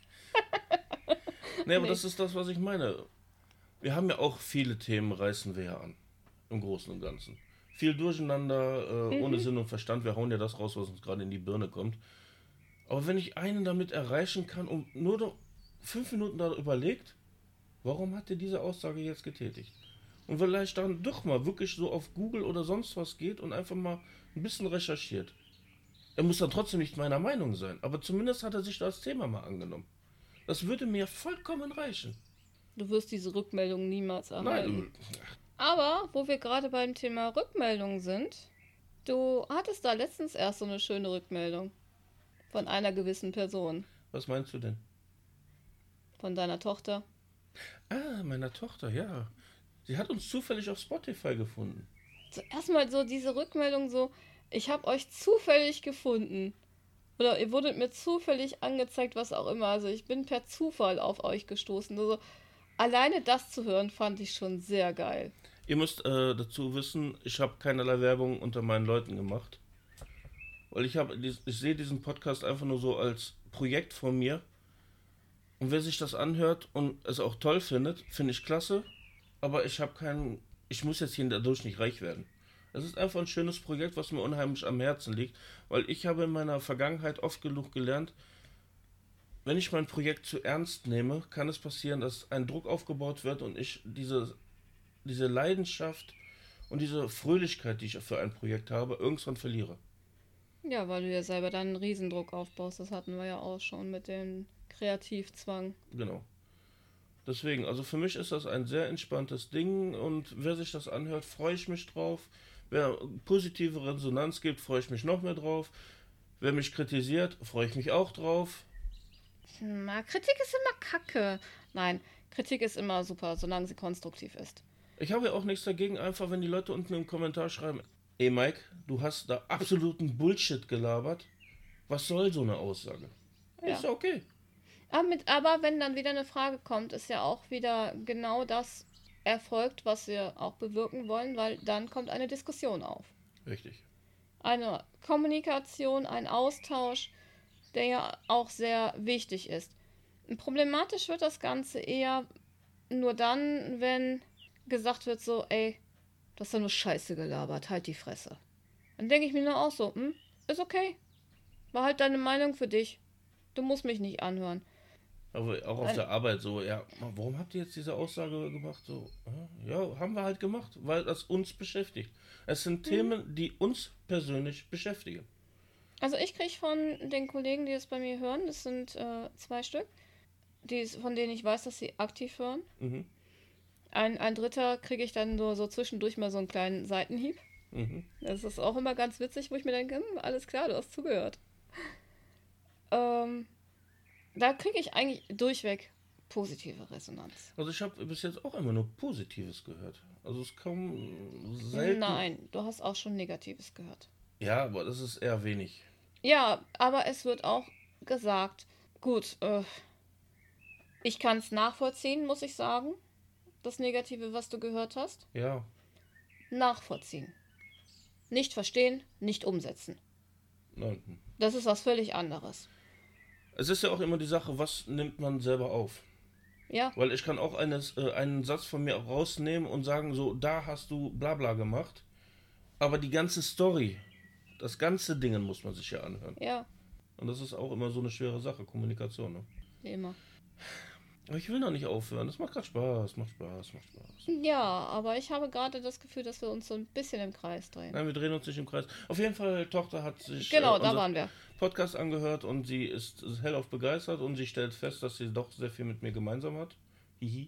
Nee, aber Nee. das ist das, was ich meine. Wir haben ja auch viele Themen, reißen wir ja an. Im Großen und Ganzen. Viel Durcheinander, äh, Mhm. ohne Sinn und Verstand. Wir hauen ja das raus, was uns gerade in die Birne kommt. Aber wenn ich einen damit erreichen kann und nur noch fünf Minuten da überlegt, warum hat er diese Aussage jetzt getätigt? Und vielleicht dann doch mal wirklich so auf Google oder sonst was geht und einfach mal ein bisschen recherchiert. Er muss dann trotzdem nicht meiner Meinung sein, aber zumindest hat er sich das Thema mal angenommen. Das würde mir vollkommen reichen. Du wirst diese Rückmeldung niemals erhalten. Nein, Aber, wo wir gerade beim Thema Rückmeldung sind, du hattest da letztens erst so eine schöne Rückmeldung von einer gewissen Person, was meinst du denn? von deiner Tochter. Ah, meiner Tochter, ja. Sie hat uns zufällig auf Spotify gefunden. Zuerst mal so diese Rückmeldung so, ich habe euch zufällig gefunden. Oder ihr wurdet mir zufällig angezeigt, was auch immer. Also ich bin per Zufall auf euch gestoßen. Also alleine das zu hören, fand ich schon sehr geil. Ihr müsst äh, dazu wissen, ich habe keinerlei Werbung unter meinen Leuten gemacht. Weil ich habe, ich sehe diesen Podcast einfach nur so als Projekt von mir. Und wer sich das anhört und es auch toll findet, finde ich klasse. Aber ich habe keinen, ich muss jetzt hier dadurch nicht reich werden. Es ist einfach ein schönes Projekt, was mir unheimlich am Herzen liegt, weil ich habe in meiner Vergangenheit oft genug gelernt, wenn ich mein Projekt zu ernst nehme, kann es passieren, dass ein Druck aufgebaut wird und ich diese, diese Leidenschaft und diese Fröhlichkeit, die ich für ein Projekt habe, irgendwann verliere. Ja, weil du ja selber dann einen Riesendruck aufbaust. Das hatten wir ja auch schon mit dem Kreativzwang. Genau. Deswegen, also für mich ist das ein sehr entspanntes Ding und wer sich das anhört, freue ich mich drauf. Wer positive Resonanz gibt, freue ich mich noch mehr drauf. Wer mich kritisiert, freue ich mich auch drauf. Na, Kritik ist immer Kacke. Nein, Kritik ist immer super, solange sie konstruktiv ist. Ich habe ja auch nichts dagegen, einfach wenn die Leute unten im Kommentar schreiben, ey Mike, du hast da absoluten Bullshit gelabert. Was soll so eine Aussage? Ja. Ist ja okay. Aber, mit, aber wenn dann wieder eine Frage kommt, ist ja auch wieder genau das erfolgt, was wir auch bewirken wollen, weil dann kommt eine Diskussion auf. Richtig. Eine Kommunikation, ein Austausch, der ja auch sehr wichtig ist. Problematisch wird das Ganze eher nur dann, wenn gesagt wird so, ey, du hast ja nur Scheiße gelabert, halt die Fresse. Dann denke ich mir nur auch so, hm, ist okay. War halt deine Meinung für dich. Du musst mich nicht anhören. Aber auch auf Ein- der Arbeit so, ja, warum habt ihr jetzt diese Aussage gemacht? So, ja, haben wir halt gemacht, weil das uns beschäftigt. Es sind Themen, die uns persönlich beschäftigen. Also ich kriege von den Kollegen, die es bei mir hören, das sind äh, zwei Stück, die, von denen ich weiß, dass sie aktiv hören. Mhm. Ein, ein dritter kriege ich dann nur so zwischendurch mal so einen kleinen Seitenhieb. Mhm. Das ist auch immer ganz witzig, wo ich mir denke, hm, alles klar, du hast zugehört. Ähm, da kriege ich eigentlich durchweg positive Resonanz. Also ich habe bis jetzt auch immer nur Positives gehört. Also es kam selten. Nein, du hast auch schon Negatives gehört. Ja, aber das ist eher wenig. Ja, aber es wird auch gesagt, gut, äh, ich kann es nachvollziehen, muss ich sagen. Das Negative, was du gehört hast. Ja. Nachvollziehen. Nicht verstehen, nicht umsetzen. Nein. Das ist was völlig anderes. Es ist ja auch immer die Sache, was nimmt man selber auf? Ja, Weil ich kann auch eines, äh, einen Satz von mir rausnehmen und sagen, so, da hast du bla bla gemacht. Aber die ganze Story, das ganze Ding muss man sich ja anhören. ja, Und das ist auch immer so eine schwere Sache, Kommunikation. Ne? wie immer. Aber ich will noch nicht aufhören. Das macht gerade Spaß, macht Spaß, macht Spaß. Ja, aber ich habe gerade das Gefühl, dass wir uns so ein bisschen im Kreis drehen. Nein, wir drehen uns nicht im Kreis. Auf jeden Fall, Tochter hat sich Genau, äh, da unser waren wir. Podcast angehört und sie ist hellauf begeistert und sie stellt fest, dass sie doch sehr viel mit mir gemeinsam hat. Hihi.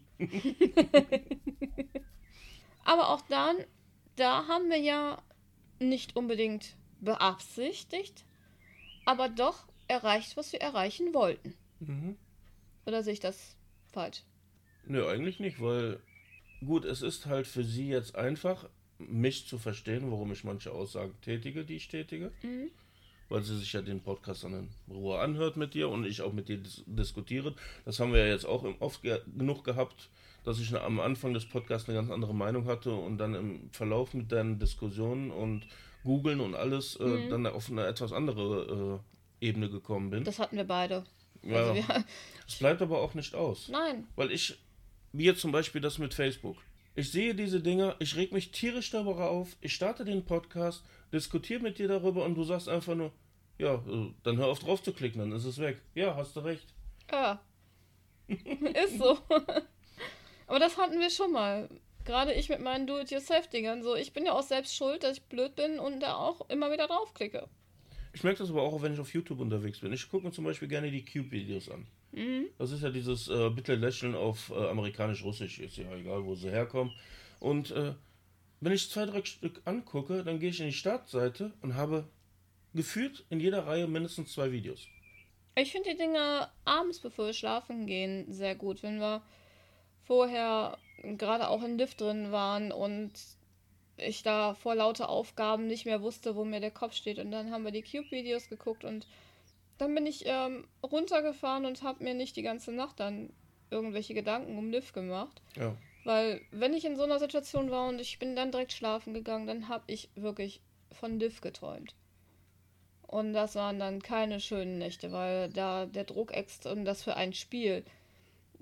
Aber auch dann, da haben wir ja nicht unbedingt beabsichtigt, aber doch erreicht, was wir erreichen wollten. Mhm. Oder sehe ich das falsch? Nö, eigentlich nicht, weil gut, es ist halt für sie jetzt einfach, mich zu verstehen, warum ich manche Aussagen tätige, die ich tätige. Mhm. Weil sie sich ja den Podcast dann in Ruhe anhört mit dir und ich auch mit dir dis diskutiere. Das haben wir ja jetzt auch oft ge genug gehabt, dass ich am Anfang des Podcasts eine ganz andere Meinung hatte und dann im Verlauf mit deinen Diskussionen und Googeln und alles äh, Mhm. dann auf eine etwas andere äh, Ebene gekommen bin. Das hatten wir beide. Ja, Also wir, es bleibt aber auch nicht aus. nein, Weil ich, wie jetzt zum Beispiel das mit Facebook. Ich sehe diese Dinger, ich reg mich tierisch darüber auf, ich starte den Podcast, diskutiere mit dir darüber und du sagst einfach nur, ja, äh, dann hör auf drauf zu klicken, dann ist es weg. Ja, hast du recht. ja. Ist so. Aber das hatten wir schon mal. Gerade ich mit meinen Do-it-yourself-Dingern. So, ich bin ja auch selbst schuld, dass ich blöd bin und da auch immer wieder draufklicke. Ich merke das aber auch, wenn ich auf YouTube unterwegs bin. Ich gucke mir zum Beispiel gerne die Cube-Videos an. Mhm. Das ist ja dieses äh, Bitte lächeln auf äh, amerikanisch-russisch, ist ja egal, wo sie herkommen. Und äh, wenn ich zwei, drei Stück angucke, dann gehe ich in die Startseite und habe gefühlt in jeder Reihe mindestens zwei Videos. Ich finde die Dinger abends, bevor wir schlafen gehen, sehr gut. Wenn wir vorher gerade auch in Lift drin waren und ich da vor lauter Aufgaben nicht mehr wusste, wo mir der Kopf steht. Und dann haben wir die Cube-Videos geguckt und dann bin ich ähm, runtergefahren und habe mir nicht die ganze Nacht dann irgendwelche Gedanken um Liv gemacht. Ja. Weil wenn ich in so einer Situation war und ich bin dann direkt schlafen gegangen, dann habe ich wirklich von Liv geträumt. Und das waren dann keine schönen Nächte, weil da der Druck extra, und das für ein Spiel,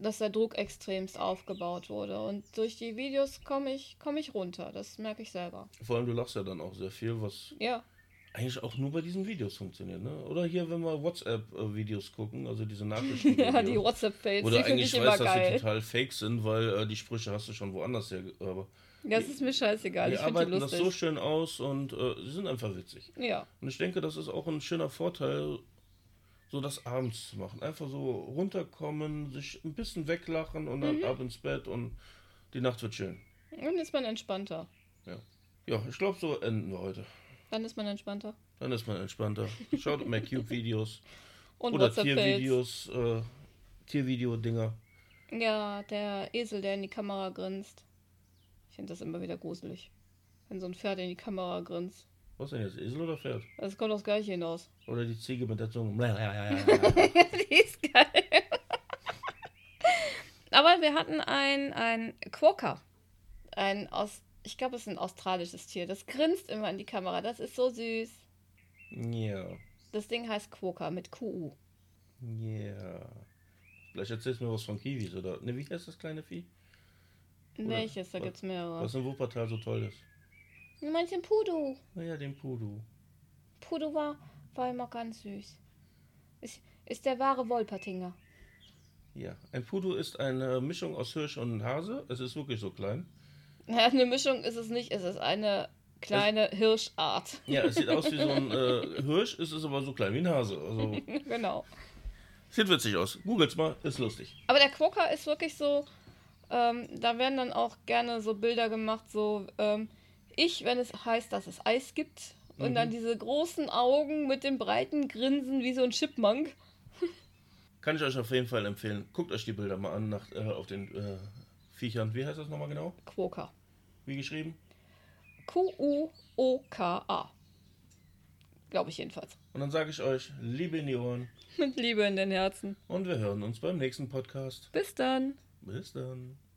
dass der Druck extremst aufgebaut wurde. Und durch die Videos komme ich, komm ich runter. Das merke ich selber. Vor allem, du lachst ja dann auch sehr viel, was Ja. eigentlich auch nur bei diesen Videos funktioniert, ne? Oder hier, wenn wir WhatsApp-Videos gucken, also diese Nachrichten. Ja, die WhatsApp-Fails, Oder die finde eigentlich ich weiß, immer dass geil. die total fake sind, weil äh, die Sprüche hast du schon woanders her. Aber Das ist mir scheißegal, die ich finde die arbeiten das lustig. so schön aus und äh, sie sind einfach witzig. Ja. Und ich denke, das ist auch ein schöner Vorteil, so das abends zu machen. Einfach so runterkommen, sich ein bisschen weglachen und dann Mhm. ab ins Bett und die Nacht wird schön. Dann ist man entspannter. Ja, ja, ich glaube, so enden wir heute. Dann ist man entspannter. Dann ist man entspannter. Schaut mehr Cube-Videos Und oder WhatsApp-Fails. Tiervideos, äh, Tiervideo-Dinger. Ja, der Esel, der in die Kamera grinst. Ich finde das immer wieder gruselig. Wenn so ein Pferd in die Kamera grinst. Was denn jetzt, Esel oder Pferd? Das kommt aufs Gleiche hinaus. Oder die Ziege mit der Zunge. Die ist geil. Aber wir hatten ein, ein Quokka. Ein aus, ich glaube, es ist ein australisches Tier. Das grinst immer in die Kamera. Das ist so süß. Ja, Das Ding heißt Quokka mit Q U. ja. Vielleicht erzählst du mir was von Kiwis, oder? Ne, wie heißt das kleine Vieh? Oder Welches? Da was- gibt es mehrere. Was in Wuppertal so toll ist. Du meinst den Pudu? Naja, den Pudu. Pudu war, war immer ganz süß. Ist, ist der wahre Wolpertinger. Ja, ein Pudu ist eine Mischung aus Hirsch und Hase. Es ist wirklich so klein. Ja, eine Mischung ist es nicht. Es ist eine kleine Hirschart. Ja, es sieht aus wie so ein äh, Hirsch, es ist aber so klein wie ein Hase. Also, Genau. sieht witzig aus. Googelt's mal, ist lustig. Aber der Quokka ist wirklich so, ähm, da werden dann auch gerne so Bilder gemacht, so ähm, ich, wenn es heißt, dass es Eis gibt. Und Mhm. dann diese großen Augen mit dem breiten Grinsen wie so ein Chipmunk. Kann ich euch auf jeden Fall empfehlen. Guckt euch die Bilder mal an nach, äh, auf den äh, Viechern. Wie heißt das nochmal genau? Quokka. Wie geschrieben? Q U O K A. Glaube ich jedenfalls. Und dann sage ich euch, Liebe in die Ohren. Mit Liebe in den Herzen. Und wir hören uns beim nächsten Podcast. Bis dann. Bis dann.